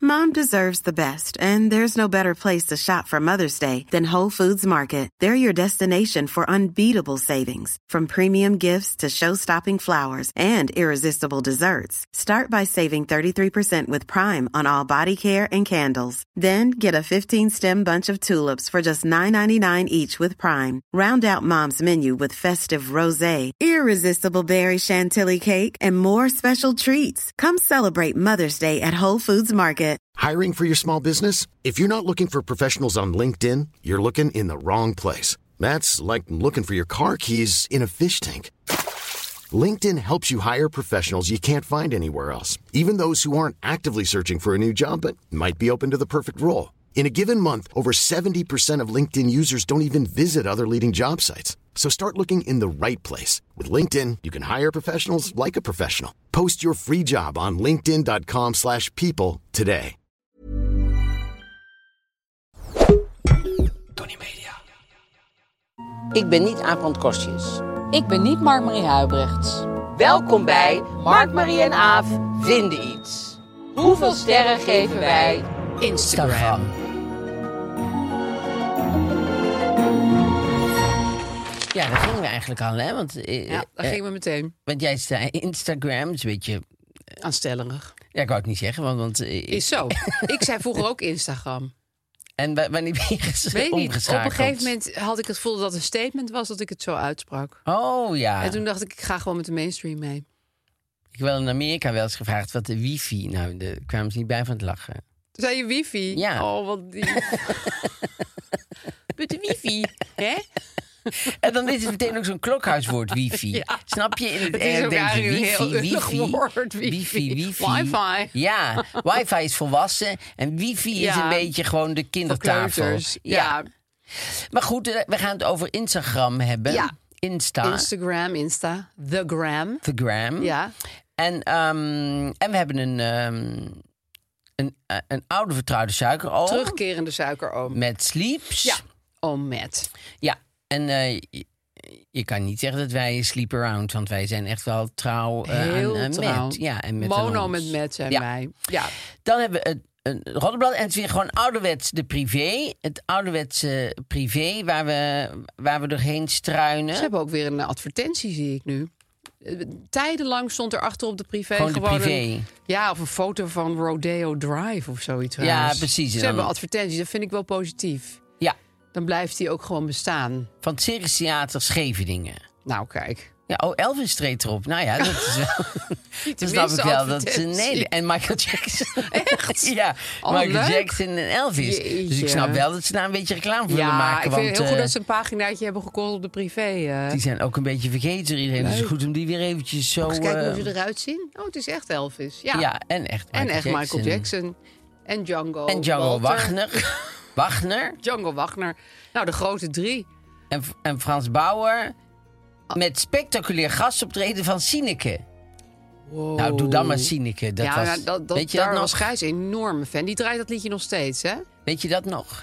Mom deserves the best, and there's no better place to shop for Mother's Day than Whole Foods Market. They're your destination for unbeatable savings, from premium gifts to show-stopping flowers and irresistible desserts. Start by saving 33% with Prime on all body care and candles. Then get a 15-stem bunch of tulips for just $9.99 each with Prime. Round out Mom's menu with festive rosé, irresistible berry chantilly cake, and more special treats. Come celebrate Mother's Day at Whole Foods Market. Hiring for your small business? If you're not looking for professionals on LinkedIn, you're looking in the wrong place. That's like looking for your car keys in a fish tank. LinkedIn helps you hire professionals you can't find anywhere else, even those who aren't actively searching for a new job but might be open to the perfect role. In a given month, over 70% of LinkedIn users don't even visit other leading job sites. So start looking in the right place. With LinkedIn, you can hire professionals like a professional. Post your free job on linkedin.com/people today. Tony Media. Ik ben niet Aaf Kostjes. Ik ben niet Mark-Marie Huibrechts. Welkom bij Mark-Marie en Aaf vinden iets. Hoeveel sterren geven wij Instagram? Ja, daar gingen we eigenlijk al, hè? Want, daar gingen we meteen. Want jij zei Instagram, is een beetje... aanstellerig. Ja, ik wou het niet zeggen, want... Is zo. Ik zei vroeger ook Instagram. En wanneer ben je omgeschakeld? Op een gegeven moment had ik het gevoel dat het een statement was dat ik het zo uitsprak. Oh, ja. En toen dacht ik ga gewoon met de mainstream mee. Ik heb wel in Amerika wel eens gevraagd wat de wifi... Nou, daar kwamen ze niet bij van het lachen. Zei je wifi? Ja. Oh, wat lief. Met de wifi, hè? En dan is het meteen ook zo'n klokhuiswoord, wifi. Ja. Snap je? In het Engels denk je wifi. Wifi. Ja, wifi is volwassen en wifi is een beetje gewoon de kindertafel. Ja. Maar goed, we gaan het over Instagram hebben. Ja. Instagram, The Gram. The Gram. Ja. En we hebben een oude vertrouwde suikeroom. Terugkerende suikeroom. Met Sleeps. Ja, Met. Ja, en je kan niet zeggen dat wij sleep around, want wij zijn echt wel trouw aan trouw. Met. Ja, en met Mono met zijn wij. Ja. Dan hebben we een roddelblad en het is weer gewoon ouderwets de privé. Het ouderwetse privé waar we doorheen struinen. Ze hebben ook weer een advertentie, zie ik nu. Tijdenlang stond er achter op de privé gewoon de privé. Of een foto van Rodeo Drive of zoiets. Ja, precies. Ze hebben advertenties, dat vind ik wel positief. Ja. Dan blijft die ook gewoon bestaan. Van het Circus Theater Scheveningen. Nou, kijk. Ja, Elvis treedt erop. Nou ja, dat is wel... dat snap ik wel. Nee, en Michael Jackson. Echt? Ja, Michael leuk. Jackson en Elvis. Jeetje. Dus ik snap wel dat ze daar een beetje reclame voor willen maken. Ja, ik vind het heel goed dat ze een paginaatje hebben gekocht op de privé. Die zijn ook een beetje vergeten door iedereen. Dus het is goed om die weer eventjes zo... Eens kijken hoe ze eruit zien. Oh, het is echt Elvis. Ja, en echt Michael Jackson. En Django. En Django Wagner. Django Wagner. Nou, de grote drie. En Frans Bauer... Met spectaculair gastoptreden van Sineke. Wow. Nou, doe dan maar Sineke. Weet je dat was Gijs een enorme fan. Die draait dat liedje nog steeds, hè? Weet je dat nog?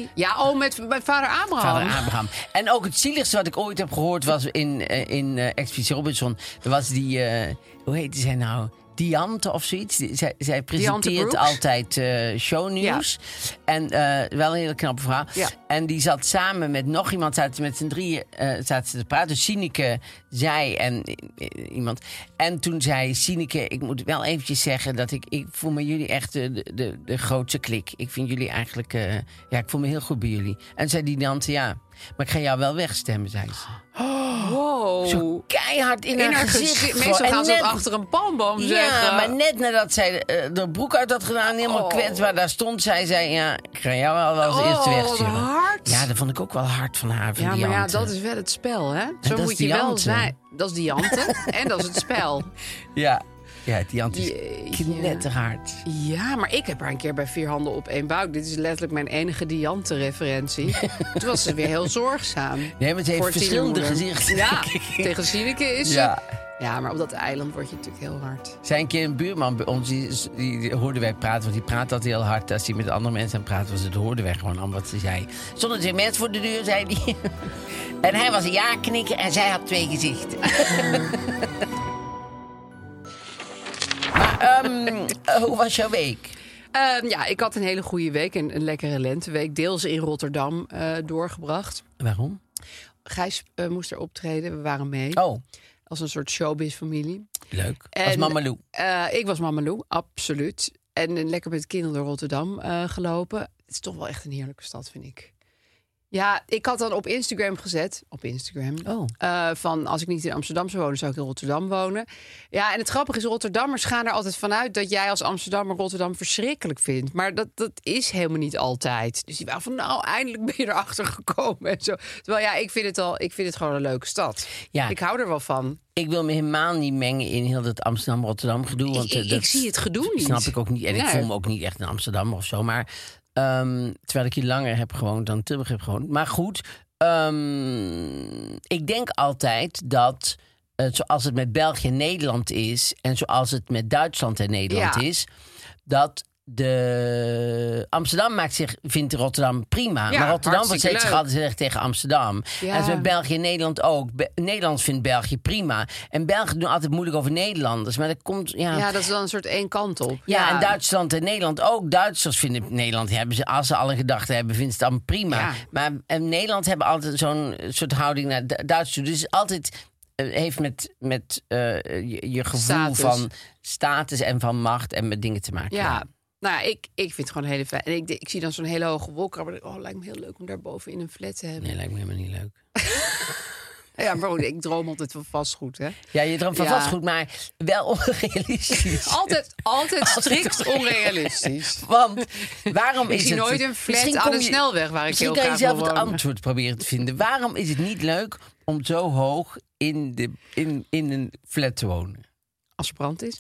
Met vader Abraham. Vader Abraham. En ook het zieligste wat ik ooit heb gehoord was in Expeditie Robinson. Er was die, hoe heette zij nou? Diante of zoiets. Zij presenteert altijd shownieuws. Ja. En wel een hele knappe vrouw. Ja. En die zat samen met nog iemand. Zaten met z'n drieën te praten. Dus Sineke, zij en iemand. En toen zei Sineke, ik moet wel eventjes zeggen dat ik voel me jullie echt de grootste klik. Ik vind jullie eigenlijk... ik voel me heel goed bij jullie. En zei die Diante, maar ik ga jou wel wegstemmen, zei ze. Wow. Zo keihard in haar gezicht. Meestal gaan ze het achter een palmboom zeggen. Ja, maar net nadat zij de broek uit had gedaan, helemaal kwetsbaar daar stond, zei zij, ik ga jou wel als eerste wegsturen. Hard. Ja, dat vond ik ook wel hard van haar. Van maar dat is wel het spel, hè? Zo moet je wel zijn. Dat is Diante en dat is het spel. Ja. Ja, Diante is knetterhard. Ja, maar ik heb haar een keer bij 4 handen op 1 buik. Dit is letterlijk mijn enige Diante-referentie. Toen was ze weer heel zorgzaam. Nee, maar ze heeft verschillende gezichten. Ja, tegen Sineke is ze... Ja, maar op dat eiland word je natuurlijk heel hard. Zijn een keer een buurman bij ons, die hoorden wij praten. Want die praat altijd heel hard. Als hij met andere mensen aan het praten was, dat hoorden wij gewoon aan wat ze zei. Stonden er mensen voor de deur, zei hij. En hij was een ja knikken en zij had 2 gezichten. Maar hoe was jouw week? Ik had een hele goede week. Een lekkere lenteweek. Deels in Rotterdam doorgebracht. Waarom? Gijs moest er optreden. We waren mee. Oh. Als een soort showbiz-familie. Leuk. Als Mama Lou. Ik was Mama Lou, absoluut. En lekker met de kinderen door Rotterdam gelopen. Het is toch wel echt een heerlijke stad, vind ik. Ja, ik had dan op Instagram gezet. Van als ik niet in Amsterdam zou wonen, zou ik in Rotterdam wonen. Ja, en het grappige is, Rotterdammers gaan er altijd vanuit dat jij als Amsterdammer Rotterdam verschrikkelijk vindt. Maar dat is helemaal niet altijd. Dus die waren van, eindelijk ben je erachter gekomen en zo. Terwijl ik vind het gewoon een leuke stad. Ja. Ik hou er wel van. Ik wil me helemaal niet mengen in heel dat Amsterdam-Rotterdam gedoe. Want ik zie het gedoe niet. Snap ik ook niet. En ik voel me ook niet echt een Amsterdammer of zo. Maar terwijl ik hier langer heb gewoond dan Tilburg heb gewoond. Maar goed, ik denk altijd dat zoals het met België en Nederland is en zoals het met Duitsland en Nederland is, dat Amsterdam vindt Rotterdam prima. Ja, maar Rotterdam wordt steeds altijd tegen Amsterdam. Ja. En dat is met België en Nederland ook. Nederland vindt België prima. En België doen altijd moeilijk over Nederlanders. Maar dat komt... Ja, dat is dan een soort één kant op. Ja, en Duitsland en Nederland ook. Duitsers vinden Nederland, als ze alle gedachten hebben, vinden ze het allemaal prima. Ja. Maar Nederland hebben altijd zo'n soort houding naar Duitsers. Dus het is altijd... heeft met je gevoel van status en van macht en met dingen te maken. Ja. Nou ja, ik vind het gewoon hele fijn. En ik zie dan zo'n hele hoge wolkrabber. Lijkt me heel leuk om daar bovenin een flat te hebben. Nee, lijkt me helemaal niet leuk. Ja, maar ik droom altijd van vastgoed, hè? Ja, je droomt van vastgoed, maar wel onrealistisch. Altijd strikt onrealistisch. Want waarom ik zie nooit een flat aan de snelweg waar ik heel graag wil wonen. Misschien kan je zelf het antwoord proberen te vinden. Waarom is het niet leuk om zo hoog in een flat te wonen? Als er brand is.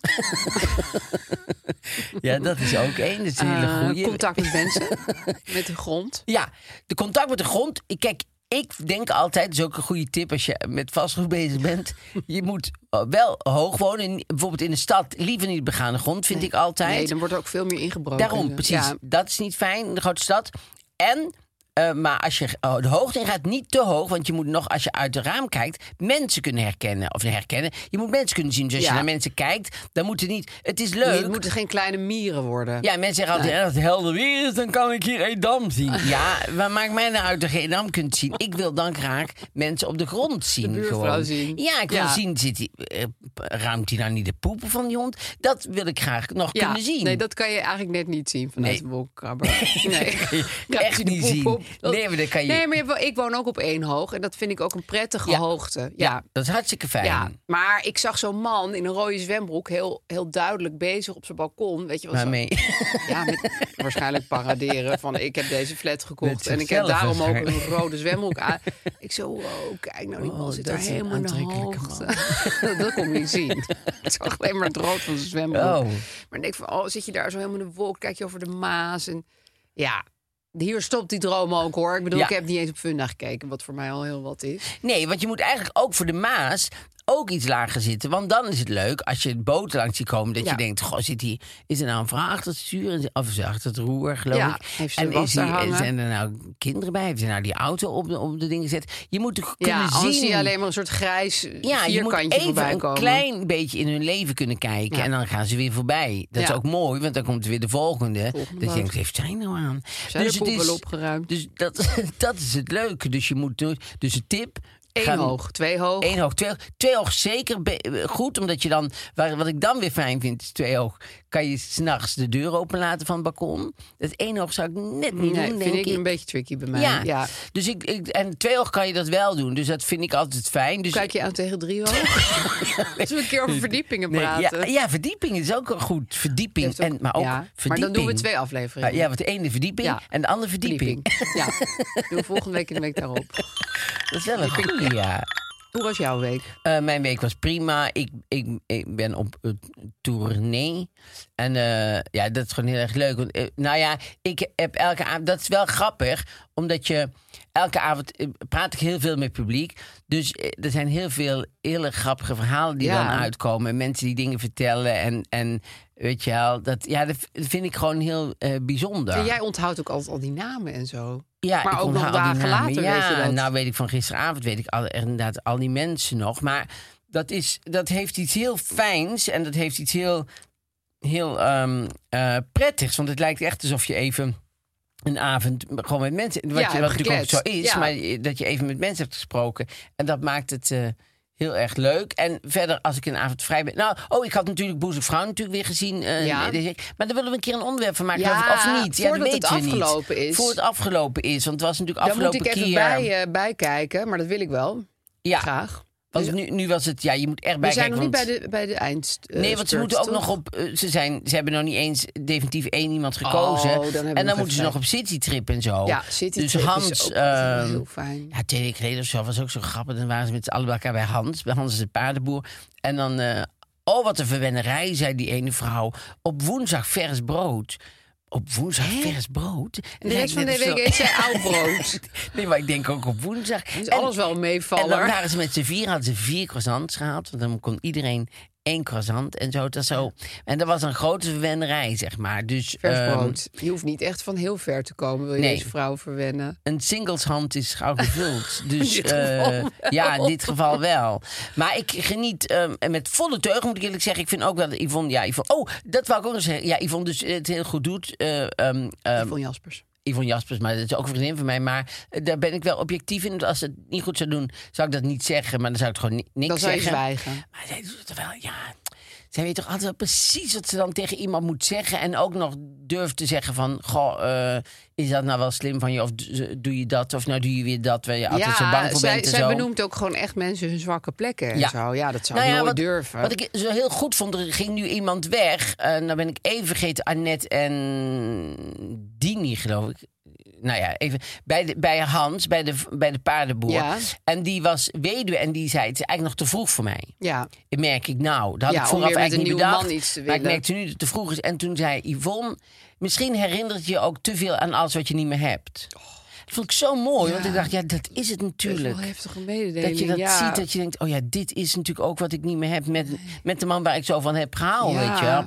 Ja, dat is ook één. Dat is een hele goeie. Contact met mensen. Met de grond. Ja, de contact met de grond. Kijk, ik denk altijd, dat is ook een goede tip als je met vastgoed bezig bent. Je moet wel hoog wonen. Bijvoorbeeld in de stad, liever niet begane grond, vind ik altijd. Nee, dan wordt er ook veel meer ingebroken. Daarom, precies. Ja. Dat is niet fijn in de grote stad. En... maar als je de hoogte in gaat, niet te hoog. Want je moet nog, als je uit het raam kijkt, mensen kunnen herkennen. Of herkennen. Je moet mensen kunnen zien. Dus als je naar mensen kijkt, dan moet het niet... Het is leuk. Het moeten geen kleine mieren worden. Ja, mensen zeggen altijd, als het helder weer is, dan kan ik hier Edam zien. Ja, wat maakt mij nou uit dat je Edam kunt zien? Ik wil dan graag mensen op de grond zien. De buurvrouw gewoon zien. Ja, ik wil zien, ruimt hij nou niet de poepen van die hond? Dat wil ik graag nog kunnen zien. Nee, dat kan je eigenlijk net niet zien vanuit de wolkenkrabber. Nee, echt niet zien. Nee, maar dat kan je... Nee, maar ik woon ook op 1 hoog. En dat vind ik ook een prettige hoogte. Ja, dat is hartstikke fijn. Ja, maar ik zag zo'n man in een rode zwembroek heel duidelijk bezig op zijn balkon. Weet je wat? Waarmee? Ja, met waarschijnlijk paraderen van ik heb deze flat gekocht. En ik heb daarom ook een rode zwembroek aan. Ik zo, wow, kijk nou, die man zit daar helemaal in de hoogte. Dat kon ik niet zien. Ik zag alleen maar het rood van zijn zwembroek. Oh. Maar ik denk van, zit je daar zo helemaal in de wolk? Kijk je over de Maas en ja... Hier stopt die droom ook, hoor. Ik bedoel, ik heb niet eens op Funda gekeken, wat voor mij al heel wat is. Nee, want je moet eigenlijk ook voor de Maas ook iets lager zitten. Want dan is het leuk als je boten langs ziet komen... dat je denkt, goh, is er nou een vrouw achter het stuur? Of is er achter het roer, geloof ik? Heeft ze en zijn er nou kinderen bij? Heeft ze nou die auto op de dingen gezet? Je moet kunnen zien... zie je alleen maar een soort grijs vierkantje voorbij komen. Een klein beetje in hun leven kunnen kijken. Ja. En dan gaan ze weer voorbij. Dat is ook mooi, want dan komt er weer de volgende. Dat je denkt, heeft zij nou aan? Zijn dus de poep wel opgeruimd? Dus dat is het leuke. Dus je moet... Dus de tip... 1 hoog, 2 hoog. 1 hoog, 2 hoog zeker goed. Omdat je dan, wat ik dan weer fijn vind, is 2 hoog. Kan je 's nachts de deur openlaten van het balkon. Dat 1 hoog zou ik net niet doen, denk vind ik. Een beetje tricky bij mij. Ja. Dus en 2 hoog kan je dat wel doen. Dus dat vind ik altijd fijn. Dus kijk je aan tegen 3 hoog? Zullen we een keer over verdiepingen praten? Ja, verdieping is ook goed. Verdieping. Maar ook verdieping. Maar dan doen we 2 afleveringen. Ja, want de ene verdieping en de andere verdieping. Ja, doen we volgende week en de week daarop. Dat is wel een goeie, ja. Hoe was jouw week? Mijn week was prima. Ik ben op tournee. En dat is gewoon heel erg leuk. Want, ik heb elke avond... Dat is wel grappig, omdat je... Elke avond praat ik heel veel met publiek. Dus er zijn heel veel hele grappige verhalen die dan uitkomen. Mensen die dingen vertellen. En weet je wel, dat vind ik gewoon heel bijzonder. En jij onthoudt ook altijd al die namen en zo. Ja, maar ook nog dagen later weet je dat. Nou weet ik van gisteravond, weet ik inderdaad al die mensen nog. Maar dat heeft iets heel fijns en dat heeft iets heel heel prettigs. Want het lijkt echt alsof je even een avond gewoon met mensen... Wat natuurlijk ook zo is, maar dat je even met mensen hebt gesproken. En dat maakt het heel erg leuk. En verder, als ik een avond vrij ben... ik had natuurlijk Boezemvrouw natuurlijk weer gezien. Maar daar willen we een keer een onderwerp van maken, of niet? Voordat het afgelopen is. Voor het afgelopen is, want het was natuurlijk afgelopen keer... Dan moet ik even bijkijken, maar dat wil ik wel. Ja. Graag. Want nu was het, je moet echt bijkijken. We zijn nog niet bij de eind. Nee, want ze moeten ook nog op... Ze hebben nog niet eens definitief 1 iemand gekozen. En dan moeten ze nog op citytrip en zo. Ja, citytrip dus Hans, is ook heel fijn. Ja, 2 weken geleden of zo was ook zo grappig. Dan waren ze met z'n allen bij elkaar bij Hans. Bij Hans is de paardenboer. En dan... wat een verwennerij, zei die ene vrouw. Op woensdag vers brood. Op woensdag vers brood. En de rest van de week eet zij oud brood. Nee, maar ik denk ook op woensdag. Is alles wel meevallen. En dan waren ze met z'n 4, hadden ze 4 croissants gehaald. Want dan kon iedereen 1 croissant en zo. En dat was een grote verwennerij, zeg maar. Dus, vers brood. Je hoeft niet echt van heel ver te komen, wil je deze vrouw verwennen. Een singleshand is gauw gevuld. Dus in dit geval wel. Maar ik geniet met volle teugen, moet ik eerlijk zeggen. Ik vind ook wel dat Yvonne... dat wou ik ook nog zeggen. Ja, Yvonne dus het heel goed doet. Yvonne Jaspers, maar dat is ook een vriendin van mij. Maar daar ben ik wel objectief in. Als ze het niet goed zou doen, zou ik dat niet zeggen. Maar dan zou ik het gewoon niks zeggen. Dan zou je zwijgen. Maar zij doet het wel, zij weet toch altijd wel precies wat ze dan tegen iemand moet zeggen. En ook nog durft te zeggen van... is dat nou wel slim van je? Of doe je dat? Of nou doe je weer dat? Waar je altijd zo bang voor bent en zij zo. benoemt ook gewoon echt mensen hun zwakke plekken. En zo. Ja, dat zou ik nooit durven. Wat ik zo heel goed vond, er ging nu iemand weg. Nou ben ik even vergeten, Annette en Dini, geloof ik. Nou ja, even bij Hans, bij de paardenboer. Ja. En die was weduwe en die zei... het is eigenlijk nog te vroeg voor mij. Ja. Merk ik nou. Dat had ik vooraf eigenlijk niet bedacht. Maar ik merkte nu dat het te vroeg is. En toen zei Yvonne... misschien herinnert je ook te veel aan alles wat je niet meer hebt. Dat vond ik zo mooi. Want ik dacht, dat is het natuurlijk. Dat is wel heftige mededeling. Dat je dat ziet, dat je denkt... dit is natuurlijk ook wat ik niet meer heb... met de man waar ik zo van heb gehaald, weet je wel.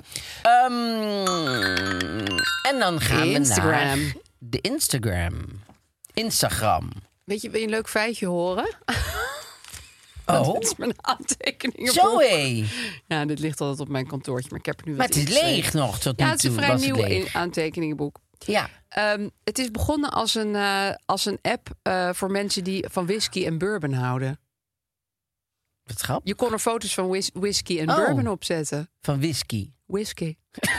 En dan gaan we naar... de Instagram. Weet je, wil je een leuk feitje horen? Dit is mijn aantekeningen. Zo hé. Ja, dit ligt altijd op mijn kantoortje, maar ik heb er nu maar het is leeg nog tot nu toe. Ja, het is een vrij nieuw aantekeningenboek. Ja. Het is begonnen als een app voor mensen die van whisky en bourbon houden. Wat grappig. Je kon er foto's van whisky en bourbon opzetten. Van whisky? Whisky.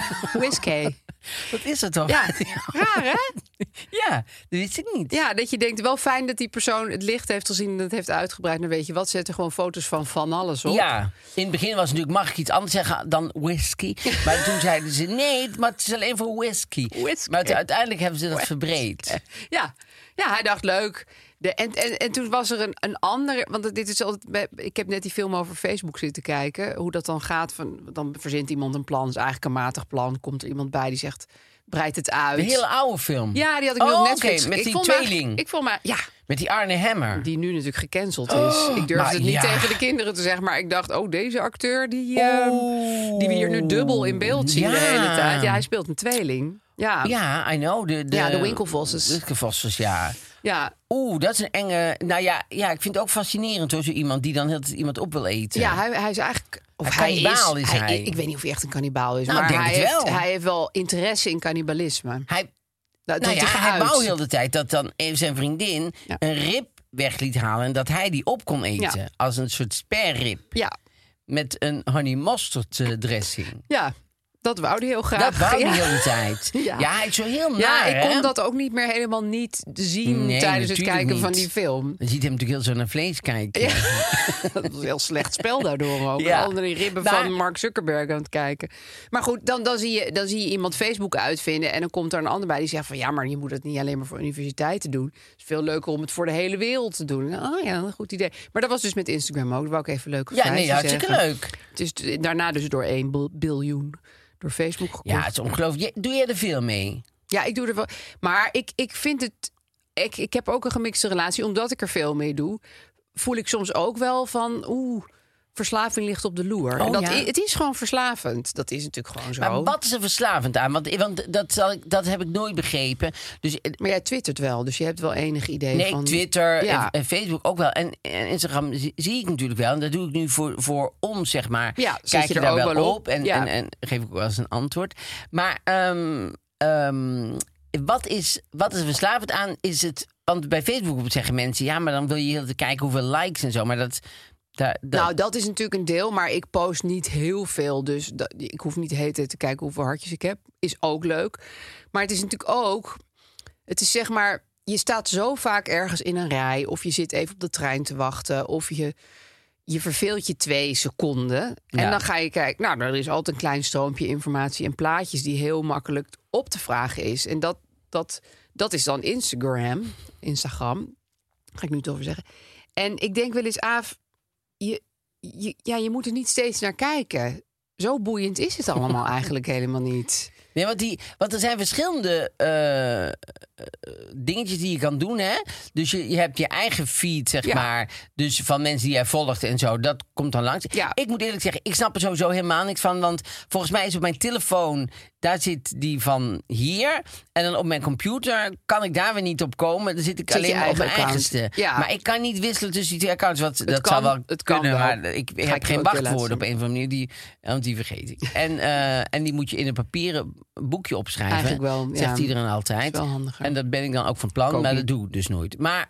Wat is dat toch? Ja, raar hè? Ja, dat wist ik niet. Ja, dat je denkt, wel fijn dat die persoon het licht heeft gezien en het heeft uitgebreid. Dan weet je wat, zet er gewoon foto's van alles op. Ja, in het begin was het natuurlijk, mag ik iets anders zeggen dan whisky? Maar toen zeiden ze, nee, maar het is alleen voor whisky. Maar uiteindelijk hebben ze dat verbreed. Ja, hij dacht, leuk. En toen was er een andere... Want dit is altijd... Ik heb net die film over Facebook zitten kijken. Hoe dat dan gaat. Dan verzint iemand een plan. Het is eigenlijk een matig plan. Komt er iemand bij die zegt... Breidt het uit. Een hele oude film. Ja, die had ik op Netflix. Met die tweeling. Ik vond maar... Ja. Met die Arne Hammer. Die nu natuurlijk gecanceld is. Ik durfde het niet tegen de kinderen te zeggen. Maar ik dacht, deze acteur... die we hier nu dubbel in beeld zien de hele tijd. Ja, hij speelt een tweeling. Ja, I know. De Winkelvosses. De Winkelvosses, ja. Ja. Dat is een enge... Nou ja, ik vind het ook fascinerend hoor, zo iemand die dan heel iemand op wil eten. Ja, hij is eigenlijk... Of hij is hij. Ik weet niet of hij echt een kannibaal is. Nou, maar hij heeft wel interesse in cannibalisme. Hij wou heel de tijd dat dan zijn vriendin een rib weg liet halen... en dat hij die op kon eten. Ja. Als een soort sperrib. Ja. Met een honey mustard dressing. Ja. Dat wou hij heel graag. Dat wou hij heel de tijd. Ja, hij is zo heel naar. Ja, ik kon dat ook niet meer helemaal niet zien tijdens het kijken van die film. Je ziet hem natuurlijk heel zo naar vlees kijken. Ja. Dat was een heel slecht spel daardoor ook. Ja. Al die ribben van Mark Zuckerberg aan het kijken. Maar goed, dan zie je iemand Facebook uitvinden... en dan komt er een ander bij die zegt van... ja, maar je moet het niet alleen maar voor universiteiten doen. Het is veel leuker om het voor de hele wereld te doen. Oh ja, een goed idee. Maar dat was dus met Instagram ook. Dat wou ik even leuk zeggen. Ja, nee, hartstikke leuk. Het is daarna dus door 1 biljoen... door Facebook gekocht. Ja, het is ongelooflijk. Doe jij er veel mee? Ja, ik doe er wel. Maar ik vind het... Ik heb ook een gemixte relatie. Omdat ik er veel mee doe, voel ik soms ook wel van... verslaving ligt op de loer. Oh, en het is gewoon verslavend. Dat is natuurlijk gewoon zo. Maar wat is er verslavend aan? Want dat heb ik nooit begrepen. Dus, maar jij twittert wel, dus je hebt wel enig idee van... Nee, Twitter en Facebook ook wel. En Instagram zie ik natuurlijk wel. En dat doe ik nu voor ons, zeg maar. Ja, kijk je daar wel op en geef ik ook wel eens een antwoord. Maar wat is er verslavend aan? Is het... Want bij Facebook zeggen mensen... Ja, maar dan wil je heel te kijken hoeveel likes en zo. Maar Nou, dat is natuurlijk een deel, maar ik post niet heel veel. Dus ik hoef niet de hele tijd te kijken hoeveel hartjes ik heb. Is ook leuk. Maar het is natuurlijk ook... Het is zeg maar... Je staat zo vaak ergens in een rij... of je zit even op de trein te wachten... of je verveelt je 2 seconden. En dan ga je kijken... Nou, er is altijd een klein stroompje informatie en plaatjes... die heel makkelijk op te vragen is. En dat is dan Instagram. Ga ik nu toch weer zeggen. En ik denk wel eens, Aaf... Je moet er niet steeds naar kijken. Zo boeiend is het allemaal eigenlijk helemaal niet. Nee, want er zijn verschillende dingetjes die je kan doen, hè? Dus je hebt je eigen feed, zeg maar. Dus van mensen die jij volgt en zo. Dat komt dan langs. Ja. Ik moet eerlijk zeggen, ik snap er sowieso helemaal niks van. Want volgens mij is op mijn telefoon... Daar zit die van hier. En dan op mijn computer kan ik daar weer niet op komen. Dan zit ik alleen maar op mijn eigenste. Ja. Maar ik kan niet wisselen tussen die 2 accounts. Dat zou wel kunnen, maar ik heb geen wachtwoorden op een of andere manier. Want die vergeet ik. En die moet je in een papieren boekje opschrijven. Eigenlijk wel, zegt iedereen altijd. Dat is wel handiger. En dat ben ik dan ook van plan, maar dat doe ik dus nooit. Maar...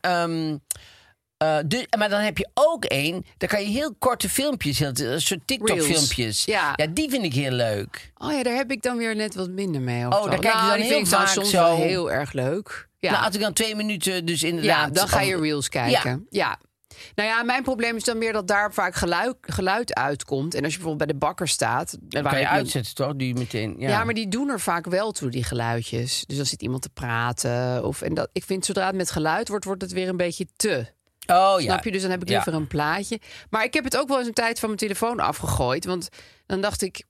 maar dan heb je ook daar kan je heel korte filmpjes, een soort TikTok-filmpjes. Ja, die vind ik heel leuk. Oh ja, daar heb ik dan weer net wat minder mee. Daar kijk je dan heel vaak soms zo. Wel heel erg leuk. Ja. Nou, als ik dan 2 minuten dus inderdaad... Ja, dan ga je reels kijken. Ja. Nou ja, mijn probleem is dan meer dat daar vaak geluid uitkomt. En als je bijvoorbeeld bij de bakker staat... Dan kan je uitzetten, toch? Die meteen, ja, maar die doen er vaak wel toe, die geluidjes. Dus dan zit iemand te praten. Ik vind, zodra het met geluid wordt het weer een beetje te... Oh, snap je? Dus dan heb ik liever een plaatje. Maar ik heb het ook wel eens een tijd van mijn telefoon afgegooid. Want dan dacht ik,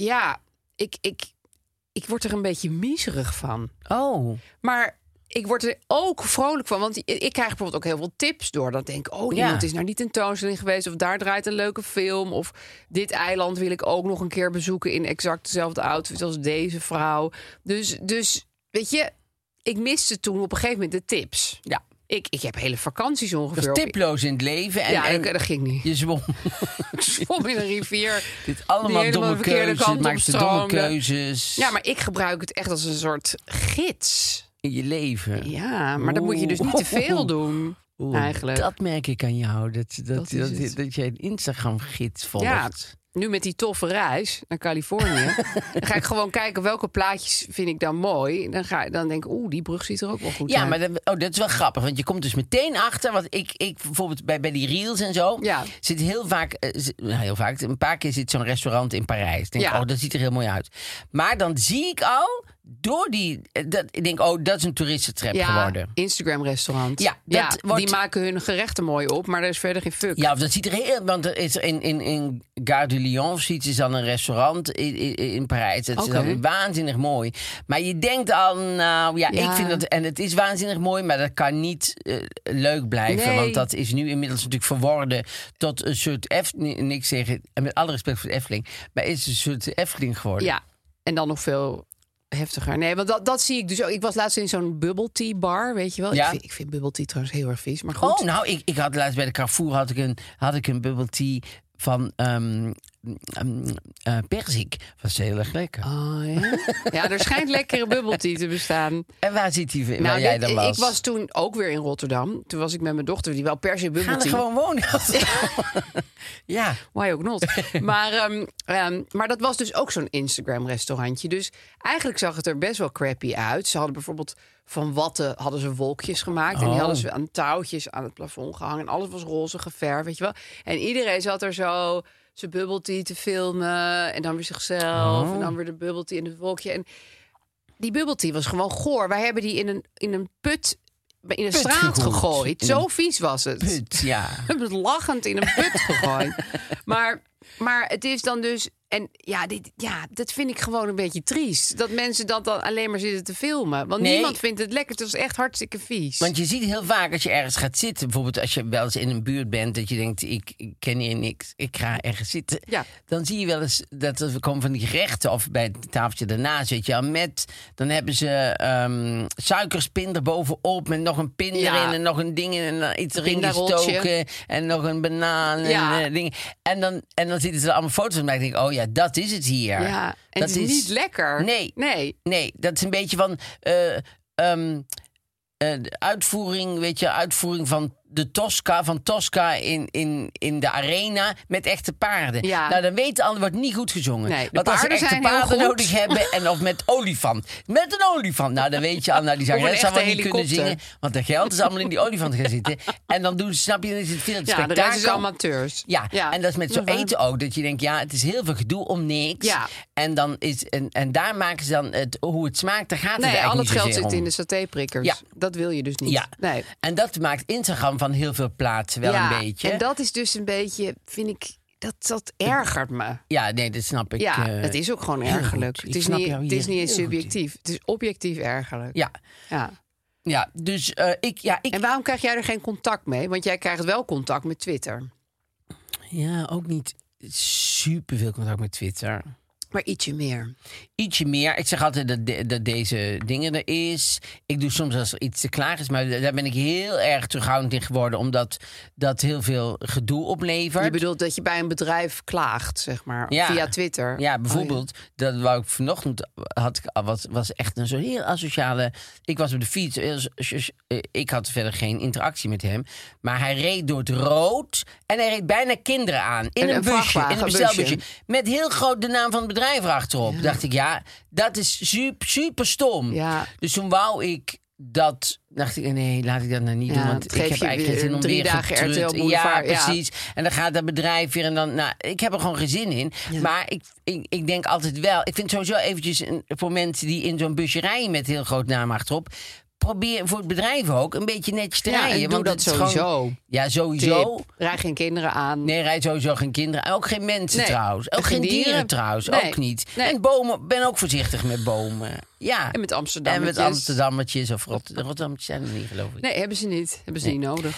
ik word er een beetje miserig van. Oh. Maar ik word er ook vrolijk van. Want ik krijg bijvoorbeeld ook heel veel tips door. Dan denk ik, iemand is naar die tentoonstelling geweest. Of daar draait een leuke film. Of dit eiland wil ik ook nog een keer bezoeken... in exact dezelfde outfit als deze vrouw. Dus weet je, ik miste toen op een gegeven moment de tips. Ja. Ik heb hele vakanties ongeveer. Dat is tiploos in het leven. En dat ging niet. Je zwom. Ik zwom in een rivier. Dit allemaal domme keuzes. Maak je domme keuzes. Ja, maar ik gebruik het echt als een soort gids. In je leven. Ja, maar dan moet je dus niet te veel doen. Eigenlijk. Dat merk ik aan jou. Dat jij een Instagram-gids volgt. Ja. Nu met die toffe reis naar Californië... dan ga ik gewoon kijken welke plaatjes vind ik dan mooi. Dan denk ik, die brug ziet er ook wel goed uit. Ja, maar dat is wel grappig. Want je komt dus meteen achter... Want ik bijvoorbeeld bij die reels en zo... zit heel vaak... een paar keer zit zo'n restaurant in Parijs. Denk dat ziet er heel mooi uit. Maar dan zie ik al... ik denk, dat is een toeristentrap geworden. Instagram-restaurant. Ja, die maken hun gerechten mooi op, maar er is verder geen fuck. Ja, of dat ziet er heel... Want er is in Gare de Lyon of zoiets is dan een restaurant in Parijs. Dat is dan waanzinnig mooi. Maar je denkt al, ik vind dat... En het is waanzinnig mooi, maar dat kan niet leuk blijven. Nee. Want dat is nu inmiddels natuurlijk verworden tot een soort... niks zeggen, en met alle respect voor de Efteling... maar is een soort Efteling geworden. Ja, en dan nog veel... heftiger. Nee, want dat zie ik dus ook. Ik was laatst in zo'n bubble tea bar, weet je wel. Ja. Ik vind bubble tea trouwens heel erg vies, maar goed. Oh, nou, ik had laatst bij de Carrefour had ik een bubble tea van perzik. Was heel erg lekker. Oh, ja? Ja, er schijnt lekkere bubble tea te bestaan. En waar zit die? Waar jij dan was? Ik was toen ook weer in Rotterdam. Toen was ik met mijn dochter, die wel perzik bubble tea. Ga er gewoon wonen. Ja. Why ook not. Maar dat was dus ook zo'n Instagram-restaurantje. Dus eigenlijk zag het er best wel crappy uit. Ze hadden bijvoorbeeld van watten hadden ze wolkjes gemaakt. En die hadden ze aan touwtjes aan het plafond gehangen. En alles was roze geverfd, weet je wel. En iedereen zat er zo zijn bubble tea te filmen. En dan weer zichzelf. En dan weer de bubble tea in het wolkje. En die bubble tea was gewoon goor. Wij hebben die in een put... in de straat gegooid. Zo vies was het. Put, ja. We hebben het lachend in een put gegooid. Maar het is dan dus... En dat vind ik gewoon een beetje triest. Dat mensen dat dan alleen maar zitten te filmen. Want niemand vindt het lekker. Het is echt hartstikke vies. Want je ziet heel vaak als je ergens gaat zitten. Bijvoorbeeld als je wel eens in een buurt bent. Dat je denkt, ik ken hier niks. Ik ga ergens zitten. Ja. Dan zie je wel eens dat er komen van die gerechten. Of bij het tafeltje daarnaast. Weet je, dan hebben ze suikerspin erbovenop. Met nog een pin erin. En nog een ding in. En iets erin gestoken. En nog een banaan. En dingen. En dan zitten ze er allemaal foto's van. En dan denk ik, dat is het hier. Ja, en dat het is niet lekker. Nee, dat is een beetje van de uitvoering van de Tosca in de arena met echte paarden. Ja. Nou, dan weten alle wordt niet goed gezongen. Nee, want als ze echte paarden nodig hebben en of met olifant. Met een olifant. Nou, dan weet je al, die zou wel niet kunnen zingen. Want dat geld is allemaal in die olifant gaan zitten. En dan doen ze, snap je, dan is het veel spektakel. Ja, dat is amateurs. Ja, en dat is met zo eten ook. Dat je denkt, het is heel veel gedoe om niks. Ja. En daar maken ze dan hoe het smaakt. Daar gaat het eigenlijk niet al het geld zit in de satéprikkers. Ja. Dat wil je dus niet. Ja. Nee. En dat maakt Instagram van heel veel plaatsen wel een beetje. En dat is dus een beetje, vind ik, dat ergert me. Ja, nee, dat snap ik. Ja, het is ook gewoon ergerlijk. Het is niet eens subjectief. Het is objectief ergerlijk. Ja, dus ik... En waarom krijg jij er geen contact mee? Want jij krijgt wel contact met Twitter. Ja, ook niet superveel contact met Twitter. Maar ietsje meer. Ietsje meer. Ik zeg altijd dat deze dingen er is. Ik doe soms als er iets te klaar is. Maar daar ben ik heel erg terughoudend in geworden. Omdat dat heel veel gedoe oplevert. Je bedoelt dat je bij een bedrijf klaagt, zeg maar. Via Twitter. Ja, bijvoorbeeld. Dat wou ik vanochtend was echt een zo heel asociale... Ik was op de fiets. Ik had verder geen interactie met hem. Maar hij reed door het rood. En hij reed bijna kinderen aan. In een busje. In een bestelbusje. Met heel groot de naam van het bedrijf erachterop. Ja. Dacht ik, dat is super stom. Ja. Dus toen wou ik dat... Dacht ik, nee, laat ik dat nou niet doen. Want ik heb eigenlijk geen zin om 3 dagen RTL Boulevard. Ja, precies. En dan gaat dat bedrijf weer en dan... Nou, ik heb er gewoon geen zin in. Ja. Maar ik denk altijd wel... Ik vind sowieso eventjes voor mensen die in zo'n busje rijden met heel groot naam achterop... Probeer voor het bedrijf ook een beetje netjes te rijden. En doe dat sowieso. Gewoon, sowieso. Tip, rij geen kinderen aan. Nee, rijd sowieso geen kinderen. Ook geen mensen trouwens. Ook geen dieren trouwens. Nee. Ook niet. Nee. En bomen, ben ook voorzichtig met bomen. Ja. En met Amsterdammetjes. Of Rotterdammetjes zijn er niet, geloof ik. Nee, hebben ze niet. Hebben ze niet nodig.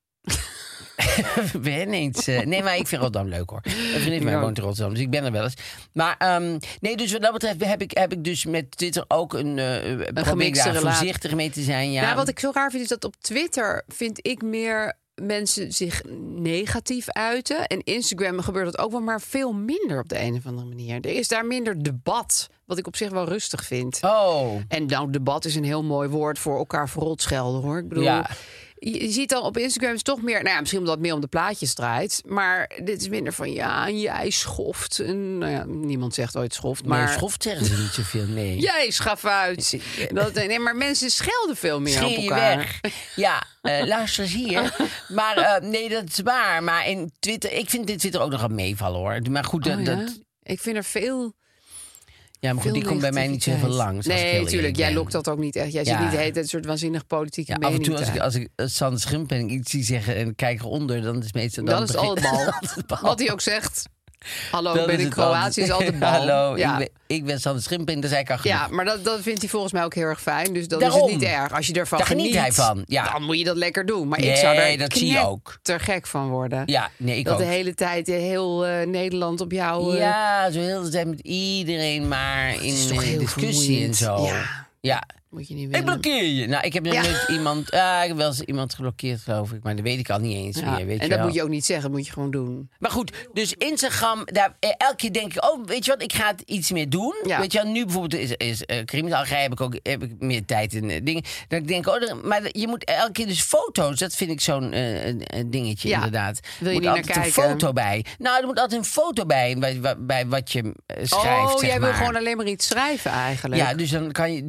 Nee, maar ik vind Rotterdam leuk hoor. Een vriendin van mij woont in Rotterdam, dus ik ben er wel eens. Maar dus wat dat betreft heb ik dus met Twitter ook probeer ik daar voorzichtig mee te zijn. Ja. Nou, wat ik zo raar vind is dat op Twitter vind ik meer mensen zich negatief uiten. En Instagram gebeurt dat ook wel, maar veel minder op de een of andere manier. Er is daar minder debat, wat ik op zich wel rustig vind. Oh. En nou, debat is een heel mooi woord voor elkaar verrot schelden hoor. Ik bedoel... Ja. Je ziet dan op Instagram is toch meer... Nou ja, misschien omdat het meer om de plaatjes draait. Maar dit is minder van... Ja, jij schoft. En, nou ja, niemand zegt ooit schoft. Maar nee, schoft zeggen ze niet zoveel, nee. Jij schaf uit. Nee, maar mensen schelden veel meer op elkaar. Weg. Ja, luister eens hier. Maar nee, dat is waar. Maar in Twitter... Ik vind dit Twitter ook nog aan meevallen, hoor. Maar goed, dat... Ik vind er veel... Ja, maar goed, die komt bij mij niet zo heel langs. Nee, natuurlijk. Jij lokt dat ook niet echt. Jij zit niet de hele tijd een soort waanzinnig politieke mening. Af en toe als ik Sander Schimpenning iets zie zeggen en kijk eronder, dan is meestal... Dat is al het bal. Wat hij ook zegt. Hallo, dat ben ik Kroatië, is altijd bal. Hallo, ik ben Sander Schimpenning, dat zei ik al genoeg. Ja, maar dat vindt hij volgens mij ook heel erg fijn. Dus dat is het niet erg. Als je ervan geniet, hij van. Ja. Dan moet je dat lekker doen. Maar ik zou er gek van worden. Ja, nee, ik dat ook. De hele tijd heel Nederland op jou... Ja, zo heel de tijd met iedereen maar in discussie en zo. Ja. Moet je niet willen. Ik blokkeer je. Nou, ik heb nooit iemand... ik heb wel eens iemand geblokkeerd, geloof ik. Maar dat weet ik al niet eens meer. Weet en dat moet je ook niet zeggen. Dat moet je gewoon doen. Maar goed, dus Instagram... Daar, elke keer denk ik... Oh, weet je wat? Ik ga het iets meer doen. Ja. Weet je wel? Nu bijvoorbeeld is Algerije heb ik meer tijd in dingen. Dat ik denk... maar je moet elke keer dus foto's... Dat vind ik zo'n dingetje inderdaad. Wil je niet naar kijken? Een foto bij. Nou, er moet altijd een foto bij wat je schrijft. Oh, jij wil gewoon alleen maar iets schrijven eigenlijk. Ja, dus dan kan je...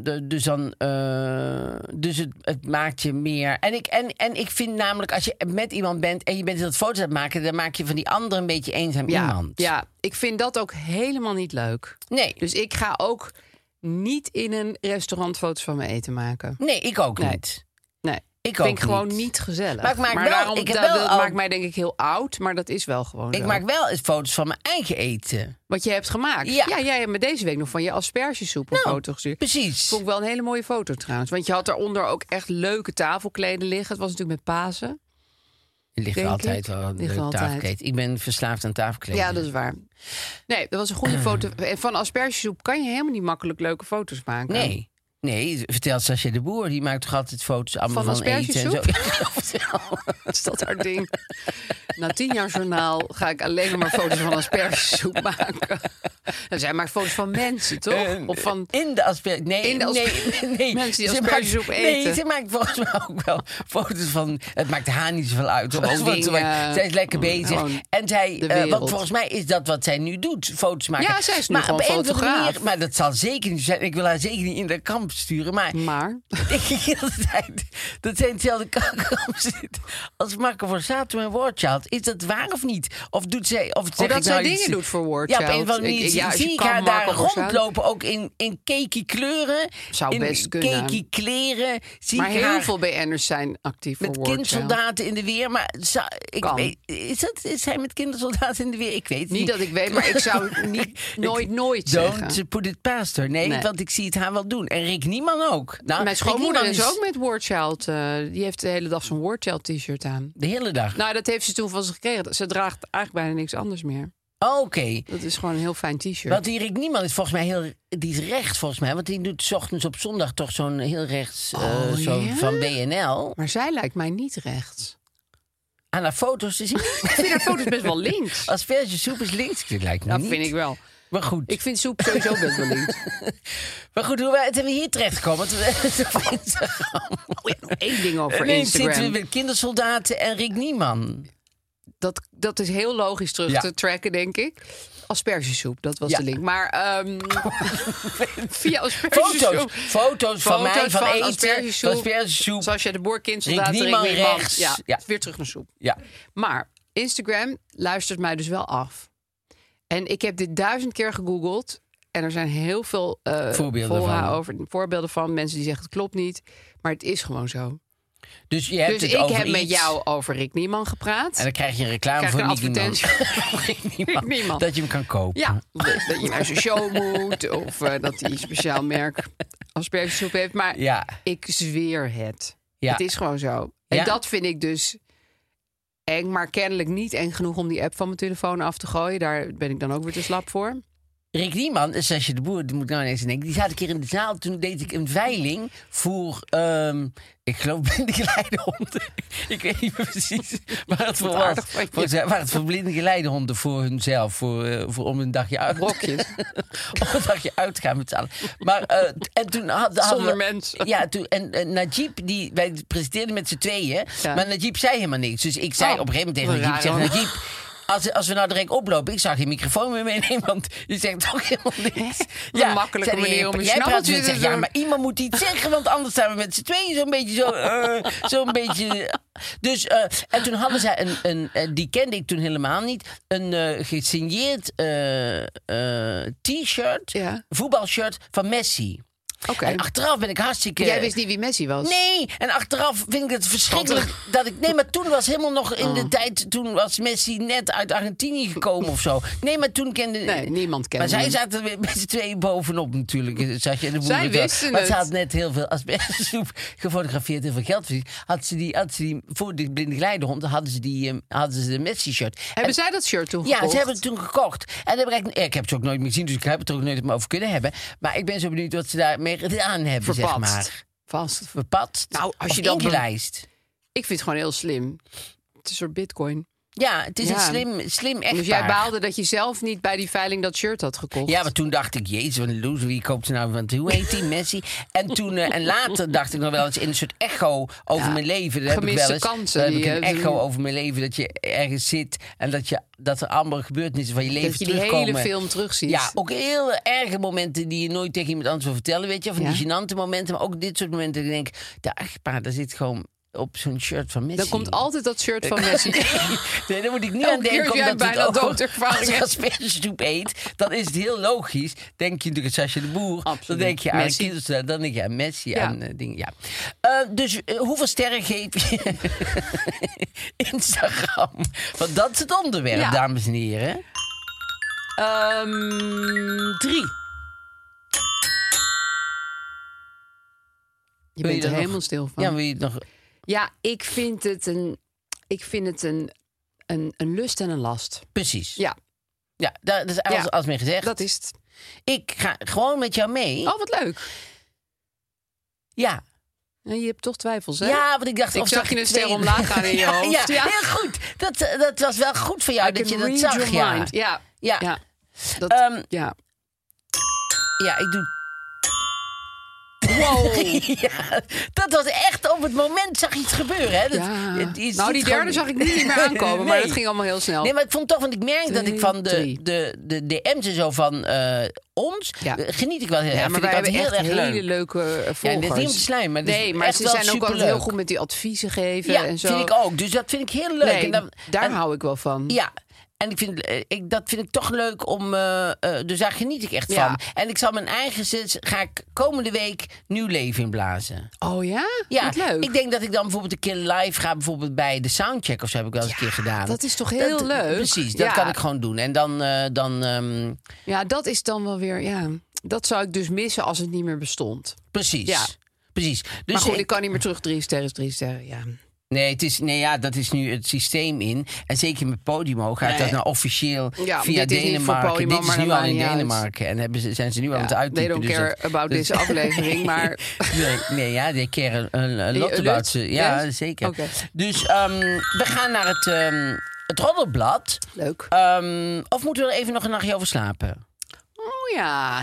Dus het maakt je meer... En ik vind namelijk, als je met iemand bent en je bent dat foto's aan het maken, dan maak je van die andere een beetje eenzaam iemand. Ja, ik vind dat ook helemaal niet leuk. Nee. Dus ik ga ook niet in een restaurant foto's van mijn eten maken. Nee, ik ook niet. Nee. Ik vind ook ik gewoon niet. niet gezellig. Maar ik maak wel... daarom, ik heb dat wel al- maakt mij denk ik heel oud, maar dat is wel gewoon Ik zo. maak wel eens foto's van mijn eigen eten. Wat je hebt gemaakt. Ja. Jij hebt me deze week nog van je aspergesoep een foto gestuurd. Precies. Vond ik wel een hele mooie foto trouwens. Want je had daaronder ook echt leuke tafelkleden liggen. Het was natuurlijk met Pasen. Er ligt denk altijd ik. wel een Ligt leuk altijd. tafelkleed. Ik ben verslaafd aan tafelkleden. Ja, dat is waar. Nee, dat was een goede foto. En van aspergesoep kan je helemaal niet makkelijk leuke foto's maken. Nee, vertel Sascha de Boer. Die maakt toch altijd foto's allemaal Van van eten en zo. aspergesoep? Is dat haar ding? Na 10 jaar journaal ga ik alleen maar foto's van aspergesoep maken. En zij maakt foto's van mensen, toch? Of van... In de aspergesoep. Nee, In de nee. mensen die Ze aspergesoep maakt- eten. Nee, ze maakt volgens mij ook wel foto's van... Het maakt haar niet zoveel uit. hoor. Gewoon Want dingen. zij is lekker bezig. Gewoon En zij... de wereld. want volgens mij is dat wat zij nu doet. Foto's maken. Ja, zij is nu maar gewoon op een of andere fotograaf. manier- maar dat zal zeker niet zijn. Ik wil haar zeker niet in de kamp sturen. Maar Maar... denk ik de hele tijd dat zij in hetzelfde kamp zit als Marco Borsato en Wordchild. Is dat waar of niet? Of doet zij... Of zeg dat ik zij nou dingen iets- doet voor Wordchild. Ja, op een of andere manier als je zie ik kan haar daar Marco Borsato- rondlopen. Ook in cakey kleuren. Zou in best kunnen. cakey kleren. Zie Maar ik heel haar veel BN'ers zijn actief voor met Wordchild. kindsoldaten in de weer. Maar ik Kan. weet, is zij met kindersoldaten in de weer? Ik weet het niet. Niet dat ik weet, maar ik zou nooit zeggen. Don't put it past her. Nee, Nee. want ik zie het haar wel doen. En Rick Nieman ook. Nou, Mijn Rick schoonmoeder Nieman is ook met Wordchild. Die heeft de hele dag zo'n Wordchild t-shirt aan. de hele dag. Nou, dat heeft ze toen van ze gekregen. Ze draagt eigenlijk bijna niks anders meer. Oké. Dat is gewoon een heel fijn t-shirt. Want die Rick Nieman is volgens mij die is rechts volgens mij. Want die doet 's ochtends op zondag toch zo'n heel rechts zo ja? van BNL. Maar zij lijkt mij niet rechts. Aan haar foto's te zien. Ik vind haar foto's best wel links. Aspergesoep is links. Dat lijkt me Dat niet. vind ik wel. Maar goed. Ik vind soep sowieso best wel links. Maar goed, hoe zijn we hier terechtgekomen? Want we op Instagram. Oh ja, nog één ding over Ineens zitten we Instagram. met kindersoldaten en Rick Nieman. Dat is heel logisch terug Ja. te tracken, denk ik. Aspergesoep, dat was Ja. de link. Maar via aspergesoep. Foto's van mij, van eten, aspergesoep. van aspergesoep. Zoals jij de boerkindsoldaten... Rick Nieman Rick Nieman, rechts. Ja, Ja. weer terug naar soep. Ja. Maar Instagram luistert mij dus wel af. En ik heb dit 1000 keer gegoogeld. En er zijn heel veel voorbeelden van mensen die zeggen het klopt niet. Maar het is gewoon zo. Dus je hebt Dus het ik over heb met iets. jou over Rick Nieman gepraat. En dan krijg je een reclame Krijg voor een Rick Nieman. advertentie. Rick Nieman. Dat je hem kan kopen. Ja, dat je naar zijn show moet. Of dat hij een speciaal merk aspergesoep heeft. Maar Ja. ik zweer het. Ja. Het is gewoon zo. En Ja. dat vind ik dus eng. Maar kennelijk niet eng genoeg om die app van mijn telefoon af te gooien. Daar ben ik dan ook weer te slap voor. Rick Nieman, Sascha de Boer, die moet ik nou ineens aan denken. Die zat een keer in de zaal. Toen deed ik een veiling voor, ik geloof, blinde geleidehonden. Ik weet niet meer precies waar het voor was. aardig van je. Waar het voor blinde geleidehonden voor hunzelf. Voor om een dagje uit. Brokjes. Om een dagje uit te gaan met z'n allen. Maar, en toen hadden Zonder we- mensen. Ja, en Najib, wij presenteerden met z'n tweeën. Ja. Maar Najib zei helemaal niks. Dus ik zei Oh, op een gegeven moment wat tegen Najib, raar, zeg Najib... Als we nou direct oplopen, ik zou geen microfoon meer meenemen, want je zegt toch helemaal niks. Wat een makkelijke zei hij, manier om een jij praat snabbeltje weer, te zeg, ja, doen. maar iemand moet iets zeggen, want anders zijn we met z'n tweeën zo'n beetje zo'n beetje. Dus, en toen hadden zij die kende ik toen helemaal niet, een gesigneerd t-shirt, Ja. voetbalshirt van Messi. Oké. En achteraf ben ik hartstikke... Jij wist niet wie Messi was? Nee, en achteraf vind ik het verschrikkelijk dat ik... Nee, maar toen was helemaal nog in de tijd... Toen was Messi net uit Argentinië gekomen of zo. Nee, maar toen kende... Nee, niemand kende Maar zij hem. zaten er met z'n tweeën bovenop natuurlijk. Zag je in de Zij boeren. wisten Maar het. ze had net heel veel aspergesoep gefotografeerd. Heel veel geld verdiend. Had ze die voor de blinde geleidehond hadden ze de Messi-shirt. Hebben zij dat shirt toen Ja, gekocht? ze hebben het toen gekocht. En dan heb ik heb het ook nooit meer gezien, dus ik heb het er ook nooit meer over kunnen hebben. Maar ik ben zo benieuwd wat ze daarmee gedaan hebben, zeg Verpatst. maar. Vast. Verpatst? Nou, als Of je dan- ingelijst? Ik vind het gewoon heel slim. Het is een soort bitcoin. Ja, het is Ja. een slim echtpaar. Dus jij baalde dat je zelf niet bij die veiling dat shirt had gekocht. Ja, maar toen dacht ik, jezus, wat een loser, wie koopt er nou? Want hoe heet die, Messi? En toen en later dacht ik nog wel eens in een soort echo over Ja, mijn leven. Dat heb ik gemiste wel eens. kansen, Dan heb ik die, een echo over mijn leven dat je ergens zit en dat er allemaal gebeurtenissen van je leven dat je die terugkomen. hele film terugziet. Ja, ook heel erge momenten die je nooit tegen iemand anders wil vertellen, weet je. Van Ja. die gênante momenten, maar ook dit soort momenten. Dat ik denk, de echtpaar, daar zit gewoon op zo'n shirt van Messi. Dan komt altijd dat shirt van Messi. Nee, daar moet ik nu aan denken. Omdat jij bijna doodervaring hebt. Als je aspergesoep eet, dan is het heel logisch. Denk je natuurlijk aan Sascha de Boer. Absoluut. Dan denk je aan Messi. Kielsen, dan denk je aan Messi. Aan dingen. Ja. Dus hoeveel sterren geef je Instagram? Want dat is het onderwerp, dames en heren. 3. Je bent er helemaal stil van. Ja, wil je het nog... Ja, ik vind het een lust en een last. Precies. Ja. Ja, dat is als meer gezegd. Dat is het. Ik ga gewoon met jou mee. Oh, wat leuk. Ja. En je hebt toch twijfels, hè? Ja, want ik dacht... Ik zag je een ster omlaag gaan in je hoofd. Ja, heel goed. Dat was wel goed voor jou dat je dat zag. Ja. Ja. Ja, ik doe... Wow. Ja, dat was echt op het moment zag iets gebeuren. Hè? Die derde zag ik nu niet meer aankomen, maar dat ging allemaal heel snel. Nee, maar ik vond toch, want ik merk dat ik van de DM's en zo van ons geniet ik wel heel erg. Ja, maar wij hebben echt hele leuke volgers. Ja, dat is niet om te slijmen. Maar nee, maar ze zijn ook altijd heel goed met die adviezen geven en zo. Ja, vind ik ook. Dus dat vind ik heel leuk. Nee, daar hou ik wel van. Ja. En dat vind ik toch leuk om... dus daar geniet ik echt van. En ik zal mijn eigen ga ik komende week nieuw leven inblazen. Oh ja? Ja, wat leuk. Ik denk dat ik dan bijvoorbeeld een keer live ga... bijvoorbeeld bij de Soundcheck of zo heb ik wel eens een keer gedaan. Dat is toch heel leuk? Precies, dat kan ik gewoon doen. En dan ja, dat is dan wel weer... Ja, dat zou ik dus missen als het niet meer bestond. Precies. Ja. Precies. Dus maar goed, ik kan niet meer terug 3 sterren, 3 sterren, ja. Nee, dat is nu het systeem in. En zeker met Podimo gaat dat nou officieel via Denemarken. Podimo, dit is nu al in Denemarken. En zijn ze nu aan het uittypen. They don't care about deze aflevering, maar... they care een lot about ze. Ja, zeker. Okay. Dus we gaan naar het Roddelblad. Leuk. Of moeten we er even nog een nachtje over slapen? Oh ja,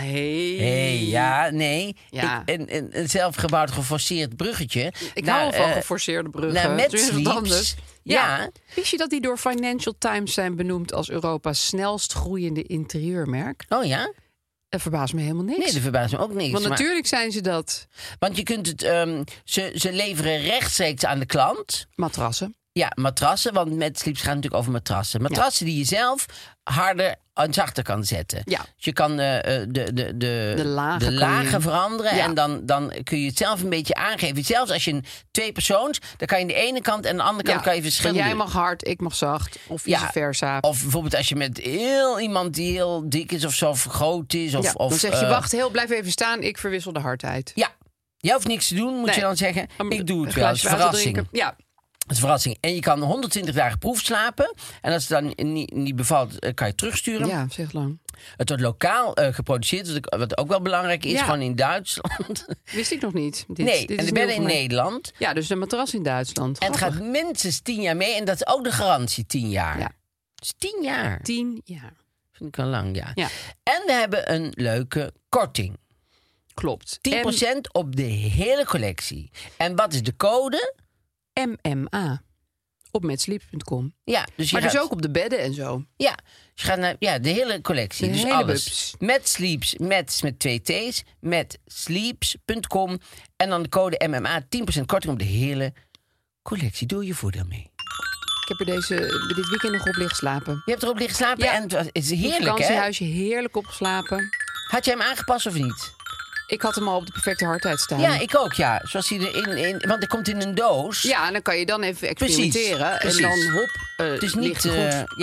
nee. Ja. Een zelfgebouwd geforceerd bruggetje. Ik hou van geforceerde bruggen. Met Sleeps. Ja. Wist je dat die door Financial Times zijn benoemd als Europa's snelst groeiende interieurmerk? Oh ja? Dat verbaast me helemaal niks. Nee, dat verbaast me ook niks. Want natuurlijk zijn ze dat. Want je kunt het... ze leveren rechtstreeks aan de klant. Matrassen. Ja, matrassen, want met Sleeps gaat het natuurlijk over matrassen. Matrassen die je zelf harder en zachter kan zetten. Ja. Dus je kan de lagen veranderen en dan kun je het zelf een beetje aangeven. Zelfs als je een 2-persoons, dan kan je aan de ene kant en aan de andere kant kan je verschillen. Jij mag hard, ik mag zacht, of vice versa. Of bijvoorbeeld als je met iemand die heel dik is of zo, of groot is. Of dan zeg je, wacht, blijf even staan, ik verwissel de hardheid. Ja, je hoeft niks te doen, moet je dan zeggen. Ik doe het wel, als verrassing. Ja. Dat is een verrassing. En je kan 120 dagen proefslapen. En als het dan niet bevalt, kan je terugsturen. Ja, zeg lang. Het wordt lokaal geproduceerd, wat ook wel belangrijk is. Gewoon in Duitsland. Wist ik nog niet. Dit en de bedden in Nederland. Ja, dus de matras in Duitsland. En het gaat minstens 10 jaar mee. En dat is ook de garantie, 10 jaar. Ja. Dus 10 jaar. 10 jaar. Vind ik wel lang, ja. En we hebben een leuke korting. Klopt. 10% op de hele collectie. En wat is de code? MMA. Op metsleep.com. Ja, dus maar dus ook op de bedden en zo. Ja, je gaat naar de hele collectie. De dus hele alles. Bubs. Met Sleeps, met 2 T's, met sleeps.com. En dan de code MMA, 10% korting op de hele collectie. Doe je voordeel mee. Ik heb er dit weekend nog op liggen slapen. Je hebt erop liggen slapen en het is heerlijk, hè? Vakantiehuisje, heerlijk opgeslapen. Had jij hem aangepast of niet? Ik had hem al op de perfecte hardheid staan. Ja, ik ook, ja. Zoals hij erin... Want hij komt in een doos. Ja, en dan kan je dan even experimenteren. Precies. En dan hop, het is niet goed. Ja.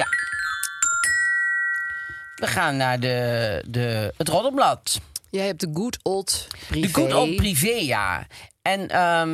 We gaan naar het Roddelblad. Jij hebt de Good Old Privé. De Good Old Privé, ja. En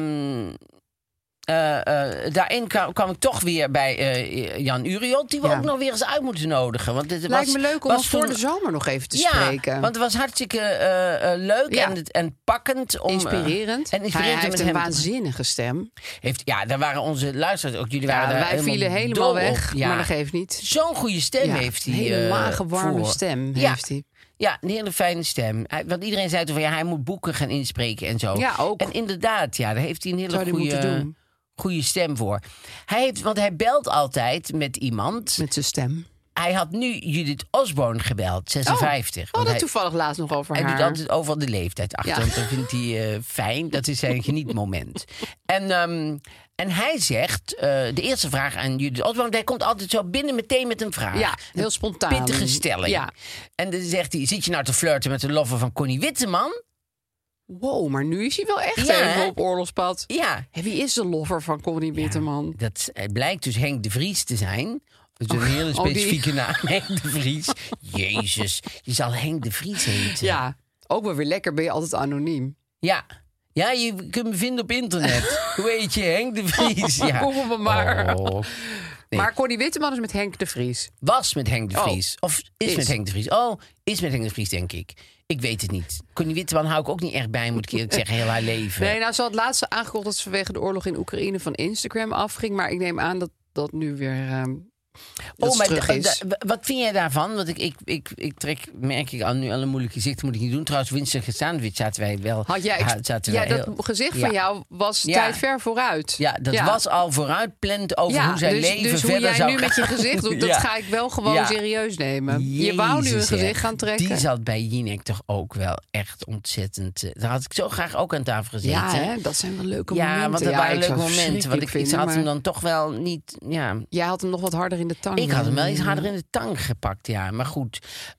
daarin kwam ik toch weer bij Jan Uriot, die we ook nog weer eens uit moeten nodigen. Want het lijkt me leuk om ons voor de zomer nog even te spreken. Want het was hartstikke leuk en pakkend. Inspirerend. Hij heeft een waanzinnige stem. Daar waren onze luisteraars ook. Jullie waren wij vielen helemaal weg, maar dat geeft niet. Zo'n goede stem heeft hij. Een hele lage, warme stem heeft hij. Ja, een hele fijne stem. Want iedereen zei toen van hij moet boeken gaan inspreken en zo. Ja, ook. En inderdaad, daar heeft hij een hele goede stem voor. Want hij belt altijd met iemand. Met zijn stem. hij had nu Judith Osborne gebeld, 56. We hadden toevallig laatst nog over haar. Hij doet altijd over de leeftijd achter, want dat vindt hij fijn. Dat is zijn genietmoment. En hij zegt, de eerste vraag aan Judith Osborne... hij komt altijd zo binnen meteen met een vraag. Ja, heel spontaan. Pittige stelling. Ja. En dan zegt hij, zit je nou te flirten met de lover van Connie Witteman? Wow, maar nu is hij wel echt even op oorlogspad. Ja. En wie is de lover van Connie Witteman? Dat blijkt dus Henk de Vries te zijn. Dat is een hele specifieke naam, Henk de Vries. Jezus, je zal Henk de Vries heten. Ja, ook wel weer lekker, ben je altijd anoniem. Ja. Ja, je kunt me vinden op internet. Hoe heet je? Henk de Vries. Ja. Kom op maar. Oh. Nee. Maar Connie Witteman is met Henk de Vries. Was met Henk de Vries. Of is met Henk de Vries. Oh, is met Henk de Vries, denk ik. Ik weet het niet. Connie Witteman hou ik ook niet echt bij, moet ik eerlijk zeggen, heel haar leven. Nee, nou, ze had laatst aangekondigd dat ze vanwege de oorlog in Oekraïne van Instagram afging. Maar ik neem aan dat dat nu weer... wat vind jij daarvan? Want ik trek, merk ik al nu alle moeilijke gezichten moet ik niet doen. Trouwens, Winston Gesandwich zaten wij wel. Dat gezicht van jou was tijd ver vooruit. Ja, dat was al vooruitplannend over hoe zijn leven dus verder hoe zou jij nu met je gezicht doet, dat ga ik wel gewoon serieus nemen. Jezus, je wou nu een gezicht gaan trekken. Die zat bij Jinek toch ook wel echt ontzettend. Daar had ik zo graag ook aan tafel gezeten. Ja, hè? Dat zijn wel leuke momenten. Ja, want dat waren leuke momenten. Want ik had hem dan toch wel niet. Ja. Jij had hem nog wat harder in de tang. Ik had hem wel iets harder in de tang gepakt, ja. Maar goed.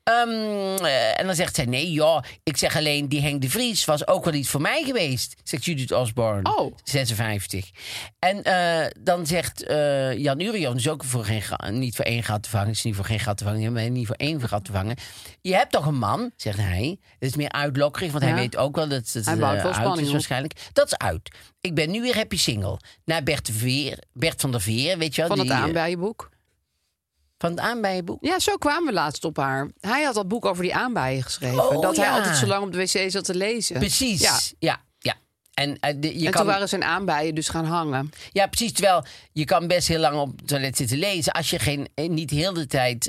En dan zegt zij, nee, ja, ik zeg alleen, die Henk de Vries was ook wel iets voor mij geweest. Zegt Judith Osborne, 56. En dan zegt Jan Uriot, dus ook niet voor één gat te vangen. Is niet voor geen gat te vangen, maar niet voor één gat te vangen. Je hebt toch een man, zegt hij. Dat is meer uitlokkerig, want hij weet ook wel dat het uit is waarschijnlijk. Dat is uit. Ik ben nu weer happy single. Naar Bert van der Veer, weet je wel. Van het aanbijenboek. Van het aanbijenboek? Ja, zo kwamen we laatst op haar. Hij had dat boek over die aanbijen geschreven. Dat hij altijd zo lang op de wc zat te lezen. Precies, ja. En toen waren zijn aanbijen dus gaan hangen. Ja, precies. Terwijl je kan best heel lang op het toilet zitten lezen... als je niet heel de tijd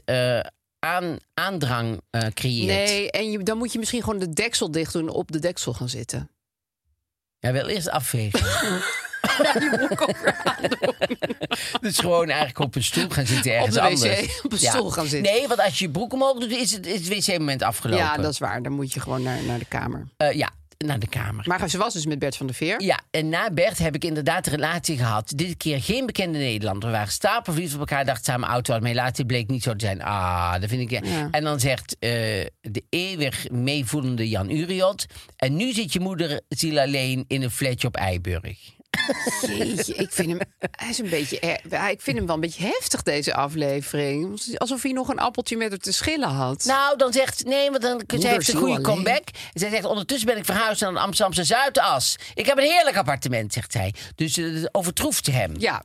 aandrang creëert. Nee, en dan moet je misschien gewoon de deksel dicht doen... op de deksel gaan zitten. Ja, wel eerst afvegen. Ja, die broek ook weer aandoen. Dus gewoon eigenlijk op een stoel gaan zitten ergens anders. Op de wc, op een stoel gaan zitten. Nee, want als je je broek omhoog doet, is het wc-moment afgelopen. Ja, dat is waar. Dan moet je gewoon naar de kamer. Naar de kamer. Maar ze was dus met Bert van der Veer. Ja, en na Bert heb ik inderdaad een relatie gehad. Dit keer geen bekende Nederlander. We waren stapelverliefd op elkaar, dachten samen auto hadden. Maar later bleek niet zo te zijn. Dat vind ik... Ja. En dan zegt de eeuwig meevoelende Jan Uriot... en nu zit je moederziel alleen in een flatje op Eiburg. Jeetje, ik vind hem wel een beetje heftig, deze aflevering. Alsof hij nog een appeltje met haar te schillen had. Nou, dan zegt... Nee, want dan zij heeft een goede comeback. En zij zegt, ondertussen ben ik verhuisd naar de Amsterdamse Zuidas. Ik heb een heerlijk appartement, zegt zij. Dus dat overtroeft hem. Ja.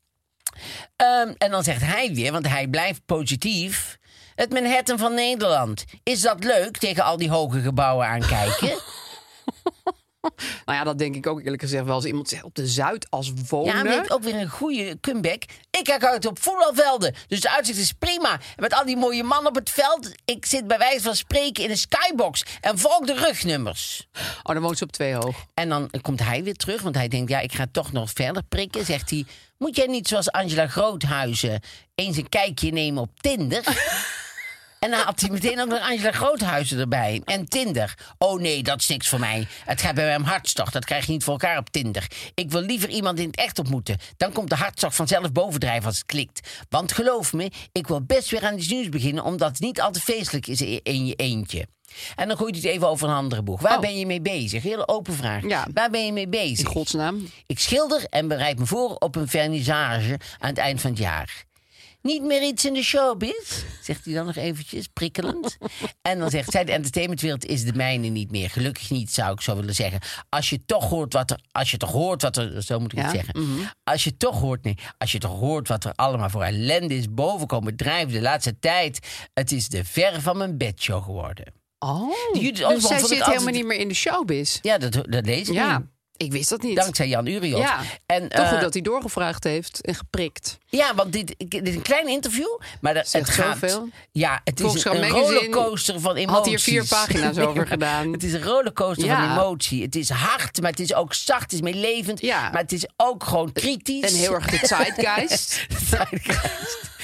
En dan zegt hij weer, want hij blijft positief... Het Manhattan van Nederland. Is dat leuk, tegen al die hoge gebouwen aankijken? Nou ja, dat denk ik ook eerlijk gezegd wel. Als iemand zegt op de Zuidas wonen. Ja, maar heeft ook weer een goede comeback. Ik kijk uit op voetbalvelden. Dus het uitzicht is prima. En met al die mooie mannen op het veld. Ik zit bij wijze van spreken in een skybox. En volg de rugnummers. Oh, dan woont ze op 2 hoog. En dan komt hij weer terug. Want hij denkt, ik ga toch nog verder prikken. Zegt hij, moet jij niet zoals Angela Groothuizen... eens een kijkje nemen op Tinder... En dan had hij meteen ook nog Angela Groothuizen erbij. En Tinder. Oh nee, dat is niks voor mij. Het gaat bij mij om hartstocht. Dat krijg je niet voor elkaar op Tinder. Ik wil liever iemand in het echt ontmoeten. Dan komt de hartstocht vanzelf bovendrijven als het klikt. Want geloof me, ik wil best weer aan iets nieuws beginnen... omdat het niet al te feestelijk is in je eentje. En dan gooit hij het even over een andere boeg. Waar ben je mee bezig? Hele open vraag. Ja. Waar ben je mee bezig? In godsnaam. Ik schilder en bereid me voor op een vernissage aan het eind van het jaar. Niet meer iets in de showbiz, zegt hij dan nog eventjes, prikkelend. En dan zegt zij, de entertainmentwereld is de mijne niet meer. Gelukkig niet, zou ik zo willen zeggen. Als je toch hoort wat er, zo moet ik het zeggen. Mm-hmm. Als je toch hoort wat er allemaal voor ellende is bovenkomen drijven de laatste tijd. Het is de ver van mijn bedshow geworden. Oh, dus zij zit helemaal niet meer in de showbiz. Ja, dat lees ik niet. Ik wist dat niet. Dankzij Jan Uriot. Ja, en, toch goed dat hij doorgevraagd heeft en geprikt. Ja, want dit is een klein interview. Maar het gaat zoveel. Ja, het is een rollercoaster van emoties. Had hier 4 pagina's over gedaan. Het is een rollercoaster van emotie. Het is hard, maar het is ook zacht. Het is meelevend. Ja. Maar het is ook gewoon kritisch. En heel erg de zeitgeist.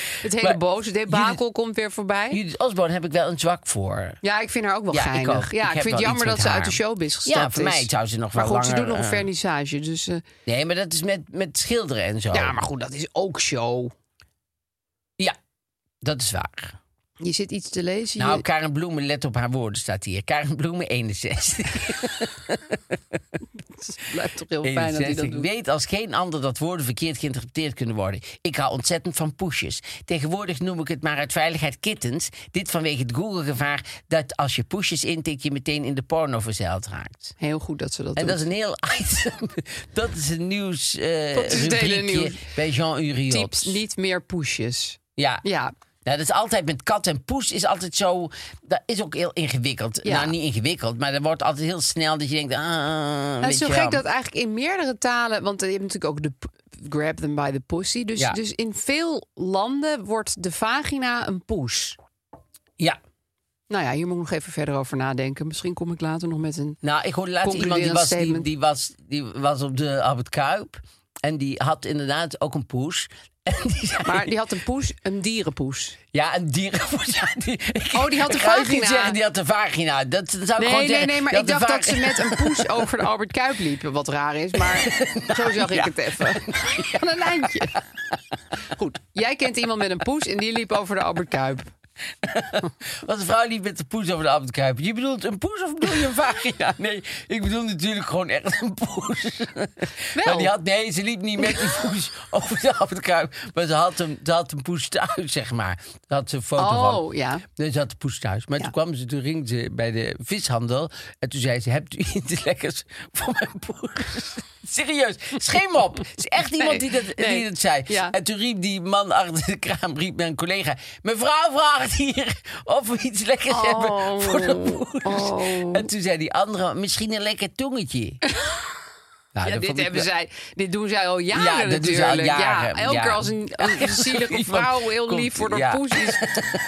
Het hele boze debakel komt weer voorbij. Judith Osborne heb ik wel een zwak voor. Ja, ik vind haar ook wel geinig. Ik vind het jammer dat ze uit de showbiz gestapt is. Ja, voor mij zou ze nog wel langer... Maar goed, langer, ze doet nog een vernissage. Dus, Nee, maar dat is met schilderen en zo. Ja, maar goed, dat is ook show. Ja, dat is waar. Je zit iets te lezen. Nou, Karen Bloemen, let op haar woorden, staat hier. Karen Bloemen, 61. Het blijft toch heel fijn dat hij dat doet. Ik weet als geen ander dat woorden verkeerd geïnterpreteerd kunnen worden. Ik hou ontzettend van poesjes. Tegenwoordig noem ik het maar uit veiligheid kittens. Dit vanwege het Google-gevaar dat als je poesjes intikt... je meteen in de porno verzeild raakt. Heel goed dat ze dat doen. En dat is een heel item. Dat is een nieuwsrubriekje bij Jean Uriot. Tips niet meer poesjes. Ja. Ja. Nou, dat is altijd met kat en poes is altijd zo... Dat is ook heel ingewikkeld. Ja. Nou, niet ingewikkeld, maar er wordt altijd heel snel dat je denkt... Het is zo gek dat eigenlijk in meerdere talen... Want je hebt natuurlijk ook de grab them by the pussy. Dus in veel landen wordt de vagina een poes. Ja. Nou ja, hier moet ik nog even verder over nadenken. Misschien kom ik later nog met een... Nou, ik hoorde laatst iemand die was op de Albert Kuip. En die had inderdaad ook een poes... Maar die had een poes, een dierenpoes. Ja, een dierenpoes. Ja, die had een vagina. Niet zeggen, die had een vagina. Dat zou ik gewoon zeggen. Nee, maar ik dacht dat ze met een poes over de Albert Kuip liepen. Wat raar is, maar zo zag ik het even. Van een lijntje. Goed, jij kent iemand met een poes en die liep over de Albert Kuip. Want een vrouw liep met de poes over de Albert Kuip. Je bedoelt een poes of bedoel je een vagina? Nee, ik bedoel natuurlijk gewoon echt een poes. Maar ze liep niet met die poes over de Albert Kuip. Maar ze had een poes thuis, zeg maar. Daar had ze een foto van. Oh, ja. Dus ze had de poes thuis. Maar toen ging ze bij de vishandel. En toen zei ze, hebt u iets lekkers voor mijn poes? Serieus, het is geen mop. Het is echt iemand die dat zei. Ja. En toen riep die man achter de kraam, naar een collega... Mevrouw vraagt hier of we iets lekkers hebben voor de poes. Oh. En toen zei die andere, misschien een lekker tongetje. Nou, dit doen zij al jaren natuurlijk. Doen ze al jaren. Ja, elke keer als een zielige vrouw heel lief voor de poes is.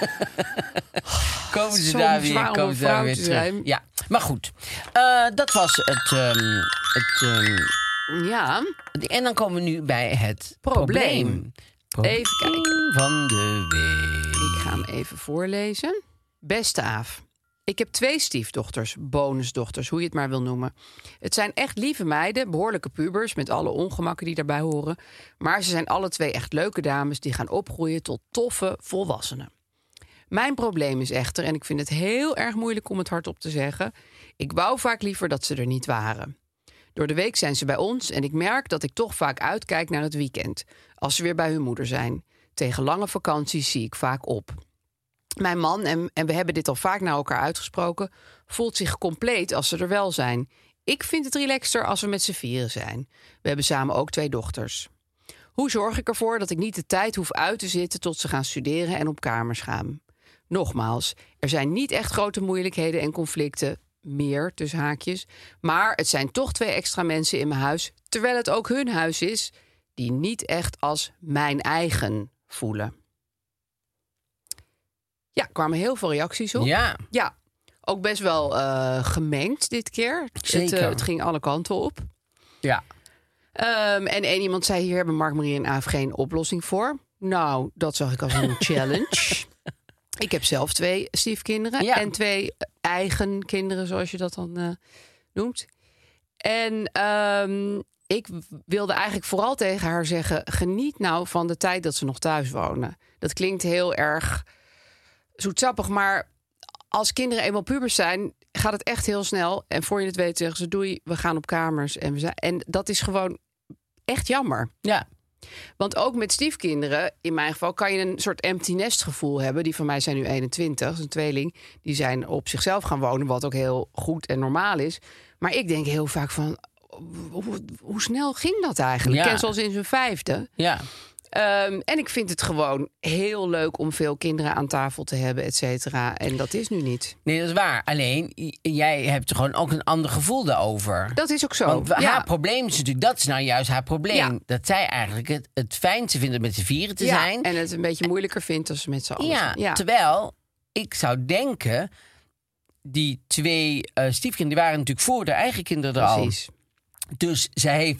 Komen ze daar weer terug. Ja, maar goed. Dat was het... ja. En dan komen we nu bij het probleem. Even kijken. Van de week. Ik ga hem even voorlezen. Beste Aaf. Ik heb 2 stiefdochters, bonusdochters, hoe je het maar wil noemen. Het zijn echt lieve meiden, behoorlijke pubers... met alle ongemakken die daarbij horen. Maar ze zijn alle 2 echt leuke dames... die gaan opgroeien tot toffe volwassenen. Mijn probleem is echter, en ik vind het heel erg moeilijk om het hardop te zeggen... ik wou vaak liever dat ze er niet waren. Door de week zijn ze bij ons en ik merk dat ik toch vaak uitkijk naar het weekend... als ze weer bij hun moeder zijn. Tegen lange vakanties zie ik vaak op. Mijn man, en we hebben dit al vaak naar elkaar uitgesproken... voelt zich compleet als ze er wel zijn. Ik vind het relaxter als we met z'n vieren zijn. We hebben samen ook 2 dochters. Hoe zorg ik ervoor dat ik niet de tijd hoef uit te zitten... tot ze gaan studeren en op kamers gaan? Nogmaals, er zijn niet echt grote moeilijkheden en conflicten... meer, tussen haakjes. Maar het zijn toch 2 extra mensen in mijn huis... terwijl het ook hun huis is... die niet echt als mijn eigen voelen. Ja, er kwamen heel veel reacties op. Ja, ook best wel gemengd dit keer. Zeker. Het ging alle kanten op. Ja. En één iemand zei, hier hebben Mark-Marie en Aaf geen oplossing voor. Nou, dat zag ik als een challenge. Ik heb zelf 2 stiefkinderen en 2 eigen kinderen, zoals je dat dan noemt. En ik wilde eigenlijk vooral tegen haar zeggen... geniet nou van de tijd dat ze nog thuis wonen. Dat klinkt heel erg zoetsappig, maar als kinderen eenmaal pubers zijn... gaat het echt heel snel. En voor je het weet zeggen ze, doei, we gaan op kamers. En dat is gewoon echt jammer. Ja. Want ook met stiefkinderen, in mijn geval... kan je een soort empty nest gevoel hebben. Die van mij zijn nu 21, een tweeling. Die zijn op zichzelf gaan wonen, wat ook heel goed en normaal is. Maar ik denk heel vaak van... hoe snel ging dat eigenlijk? Ja. Ken zoals in zijn 5e. Ja. En ik vind het gewoon heel leuk om veel kinderen aan tafel te hebben, et cetera. En dat is nu niet. Nee, dat is waar. Alleen, jij hebt gewoon ook een ander gevoel daarover. Dat is ook zo. Want haar probleem is natuurlijk, dat is nou juist haar probleem. Ja. Dat zij eigenlijk het fijnste vindt om met z'n vieren te zijn. En het een beetje moeilijker vindt als ze met z'n allen zijn. Ja, terwijl ik zou denken, die 2 stiefkinderen, die waren natuurlijk voor de eigen kinderen er al. Precies. Dus zij heeft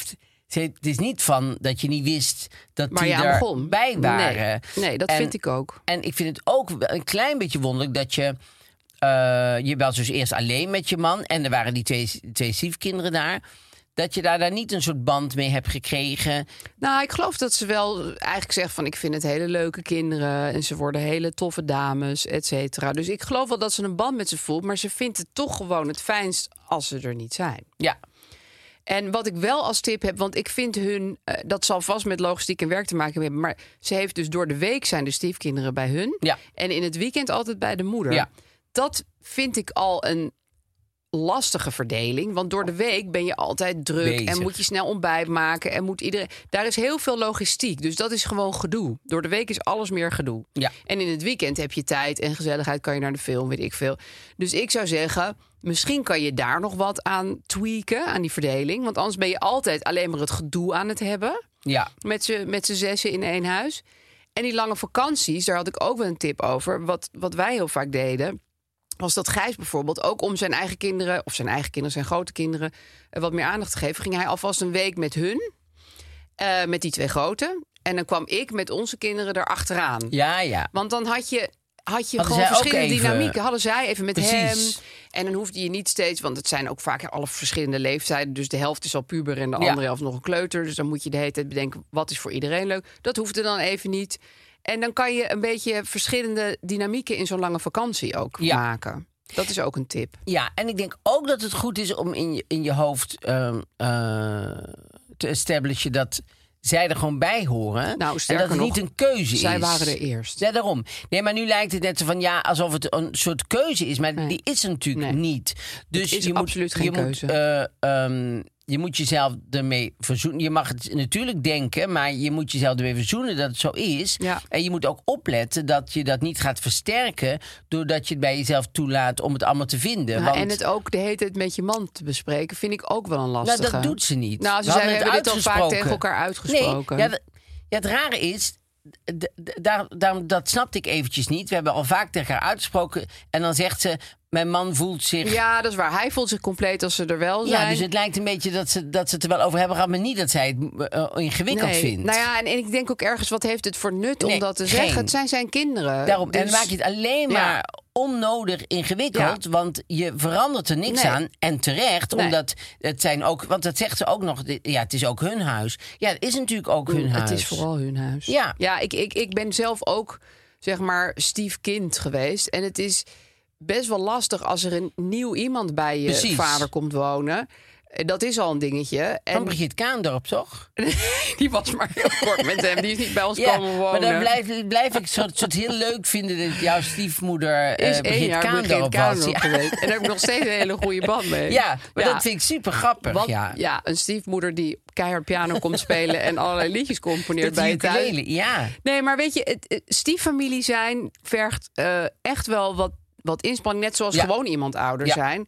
Het is niet van dat je niet wist dat maar die erbij waren. Nee, dat vind ik ook. En ik vind het ook een klein beetje wonderlijk dat je... je was dus eerst alleen met je man... en er waren die twee stiefkinderen daar... dat je daar niet een soort band mee hebt gekregen. Nou, ik geloof dat ze wel eigenlijk zegt van... ik vind het hele leuke kinderen... en ze worden hele toffe dames, et cetera. Dus ik geloof wel dat ze een band met ze voelt... maar ze vindt het toch gewoon het fijnst als ze er niet zijn. Ja. En wat ik wel als tip heb, want ik vind hun... dat zal vast met logistiek en werk te maken hebben... maar ze heeft dus door de week zijn de stiefkinderen bij hun... Ja. en in het weekend altijd bij de moeder. Ja. Dat vind ik al een lastige verdeling. Want door de week ben je altijd druk... bezig. En moet je snel ontbijt maken... en moet iedereen... Daar is heel veel logistiek, dus dat is gewoon gedoe. Door de week is alles meer gedoe. Ja. En in het weekend heb je tijd en gezelligheid... kan je naar de film, weet ik veel. Dus ik zou zeggen... misschien kan je daar nog wat aan tweaken, aan die verdeling. Want anders ben je altijd alleen maar het gedoe aan het hebben. Ja. Met z'n zessen in één huis. En die lange vakanties, daar had ik ook wel een tip over. Wat wij heel vaak deden... was dat Gijs bijvoorbeeld ook om zijn eigen kinderen... of zijn grote kinderen, wat meer aandacht te geven... ging hij alvast een week met hun, met die twee grote. En dan kwam ik met onze kinderen erachteraan. Ja. Want dan had je Hadden gewoon zij verschillende ook even... dynamieken. Hadden zij even met Precies. hem. En dan hoefde je niet steeds... want het zijn ook vaak alle verschillende leeftijden. Dus de helft is al puber en de andere helft nog een kleuter. Dus dan moet je de hele tijd bedenken... wat is voor iedereen leuk. Dat hoefde dan even niet. En dan kan je een beetje verschillende dynamieken... in zo'n lange vakantie ook maken. Dat is ook een tip. Ja, en ik denk ook dat het goed is om in je hoofd te establishen... dat zij er gewoon bij horen. Nou, en dat het nog, niet een keuze is. Zij waren er eerst. Ja, daarom. Nee, maar nu lijkt het net zo van... ja, alsof het een soort keuze is. Maar die is er natuurlijk niet. Dus het is je absoluut geen keuze. Je moet jezelf ermee verzoenen. Je mag het natuurlijk denken, maar je moet jezelf ermee verzoenen dat het zo is. Ja. En je moet ook opletten dat je dat niet gaat versterken... doordat je het bij jezelf toelaat om het allemaal te vinden. Nou, want... En het ook de hele tijd met je man te bespreken... vind ik ook wel een lastige. Nou, dat doet ze niet. Nou, ze hebben dit al vaak tegen elkaar uitgesproken. Nee, het rare is... dat snapte ik eventjes niet. We hebben al vaak tegen haar uitgesproken. En dan zegt ze... mijn man voelt zich... Ja, dat is waar. Hij voelt zich compleet als ze er wel zijn. Ja, dus het lijkt een beetje dat ze het er wel over hebben gehad... maar niet dat zij het ingewikkeld vindt. Nou ja, en ik denk ook ergens... wat heeft het voor nut om dat te zeggen? Het zijn zijn kinderen. Daarom. Dus... En dan maak je het alleen maar onnodig ingewikkeld... want je verandert er niks aan. En terecht, omdat het zijn ook... want dat zegt ze ook nog... ja, het is ook hun huis. Ja, het is natuurlijk ook hun huis. Het is vooral hun huis. Ja, ik ben zelf ook, zeg maar, stiefkind geweest. En het is best wel lastig als er een nieuw iemand bij je vader komt wonen. Dat is al een dingetje. Van Brigitte Kaandorp, toch? Die was maar heel kort met hem. Die is niet bij ons komen wonen. Maar dan blijf ik soort heel leuk vinden... dat jouw stiefmoeder Brigitte Kaandorp was. Geweest. En daar heb ik nog steeds een hele goede band mee. Ja, maar dat vind ik super grappig. Want, een stiefmoeder die keihard piano komt spelen... en allerlei liedjes componeert bij je thuis. Ja. Nee, maar weet je, stieffamilie zijn vergt echt wel wat inspanning. Net zoals gewoon iemand ouder zijn.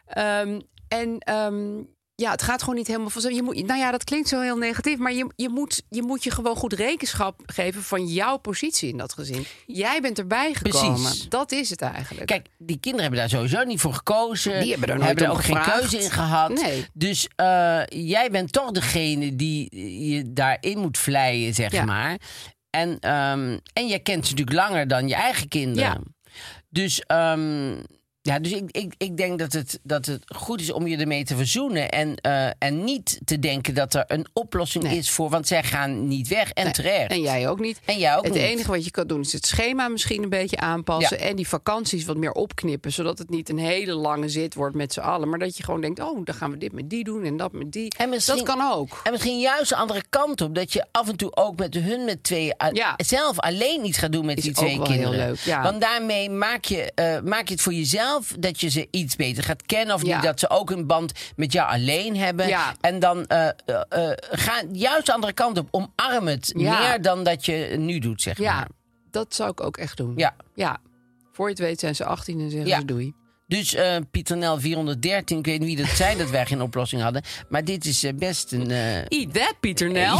Ja, het gaat gewoon niet helemaal vanzelf. Dat klinkt zo heel negatief, maar je moet je gewoon goed rekenschap geven van jouw positie in dat gezin. Jij bent erbij gekomen. Precies. Dat is het eigenlijk. Kijk, die kinderen hebben daar sowieso niet voor gekozen. Die hebben er nooit ook gevraagd. geen keuze in gehad. Nee. Dus jij bent toch degene die je daarin moet vleien, zeg maar. En jij kent ze natuurlijk langer dan je eigen kinderen. Ja. Dus... dus ik denk dat het goed is om je ermee te verzoenen. En niet te denken dat er een oplossing is voor... want zij gaan niet weg en terecht. En jij ook niet. Het enige wat je kan doen is het schema misschien een beetje aanpassen. En die vakanties wat meer opknippen. Zodat het niet een hele lange zit wordt met z'n allen. Maar dat je gewoon denkt, dan gaan we dit met die doen en dat met die. Dat kan ook. En misschien juist de andere kant op. Dat je af en toe ook met hun met twee... zelf alleen iets gaat doen met die twee kinderen. Heel leuk. Ja. Want daarmee maak je het voor jezelf... dat je ze iets beter gaat kennen. Of niet dat ze ook een band met jou alleen hebben. Ja. En dan ga juist de andere kant op. Omarm het meer dan dat je nu doet, zeg maar. Ja, dat zou ik ook echt doen. Ja. Voor je het weet zijn ze 18 en zeggen ze doei. Dus Pieter Nel 413, ik weet niet wie dat zei dat wij geen oplossing hadden. Maar dit is best een... Eat that, Pieter Nel.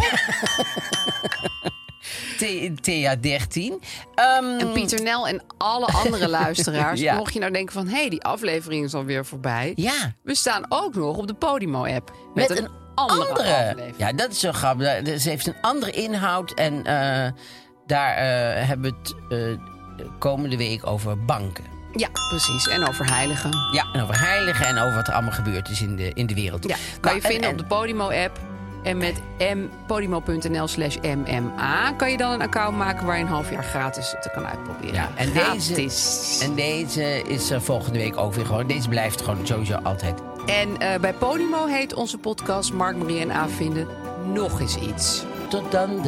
Thea 13. En Pieter Nel en alle andere luisteraars... mocht je nou denken van... die aflevering is alweer voorbij. Ja. We staan ook nog op de Podimo-app. Met een andere aflevering. Ja, dat is zo grappig. Ze heeft een andere inhoud. En daar hebben we het komende week over banken. Ja, precies. En over heiligen. Ja, en over heiligen en over wat er allemaal gebeurd is in de wereld. Ja, kan je vinden op de Podimo-app. En met podimo.nl/MMA kan je dan een account maken waar je een half jaar gratis het kan uitproberen. Ja, en deze is er volgende week ook weer gewoon. Deze blijft gewoon sowieso altijd. En bij Podimo heet onze podcast Mark, Marie en Aaf vinden nog eens iets. Tot dan.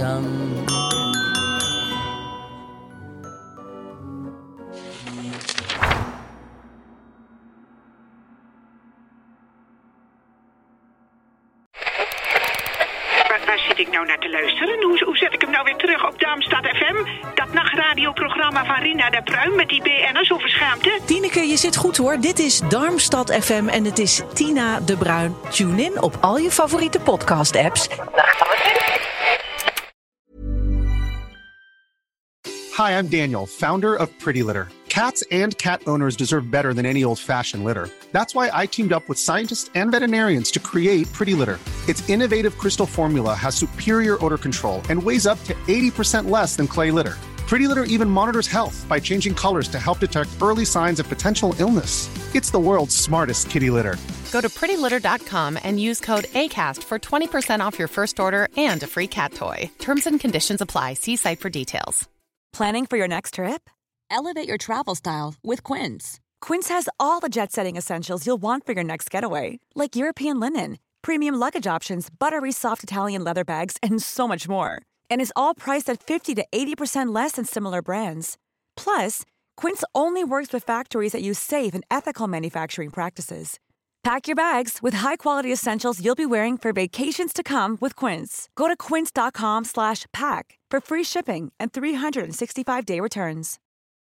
Ik nou naar te luisteren? Hoe zet ik hem nou weer terug op Darmstad FM? Dat nachtradioprogramma van Rina de Pruim met die BN'ers over schaamte? Tineke, je zit goed hoor. Dit is Darmstad FM en het is Tina de Bruin. Tune in op al je favoriete podcast-apps. Hi, I'm Daniel, founder of Pretty Litter. Cats and cat owners deserve better than any old-fashioned litter. That's why I teamed up with scientists and veterinarians to create Pretty Litter. Its innovative crystal formula has superior odor control and weighs up to 80% less than clay litter. Pretty Litter even monitors health by changing colors to help detect early signs of potential illness. It's the world's smartest kitty litter. Go to prettylitter.com and use code ACAST for 20% off your first order and a free cat toy. Terms and conditions apply. See site for details. Planning for your next trip? Elevate your travel style with Quince. Quince has all the jet-setting essentials you'll want for your next getaway, like European linen, premium luggage options, buttery soft Italian leather bags, and so much more. And is all priced at 50 to 80% less than similar brands. Plus, Quince only works with factories that use safe and ethical manufacturing practices. Pack your bags with high-quality essentials you'll be wearing for vacations to come with Quince. Go to quince.com/pack for free shipping and 365-day returns.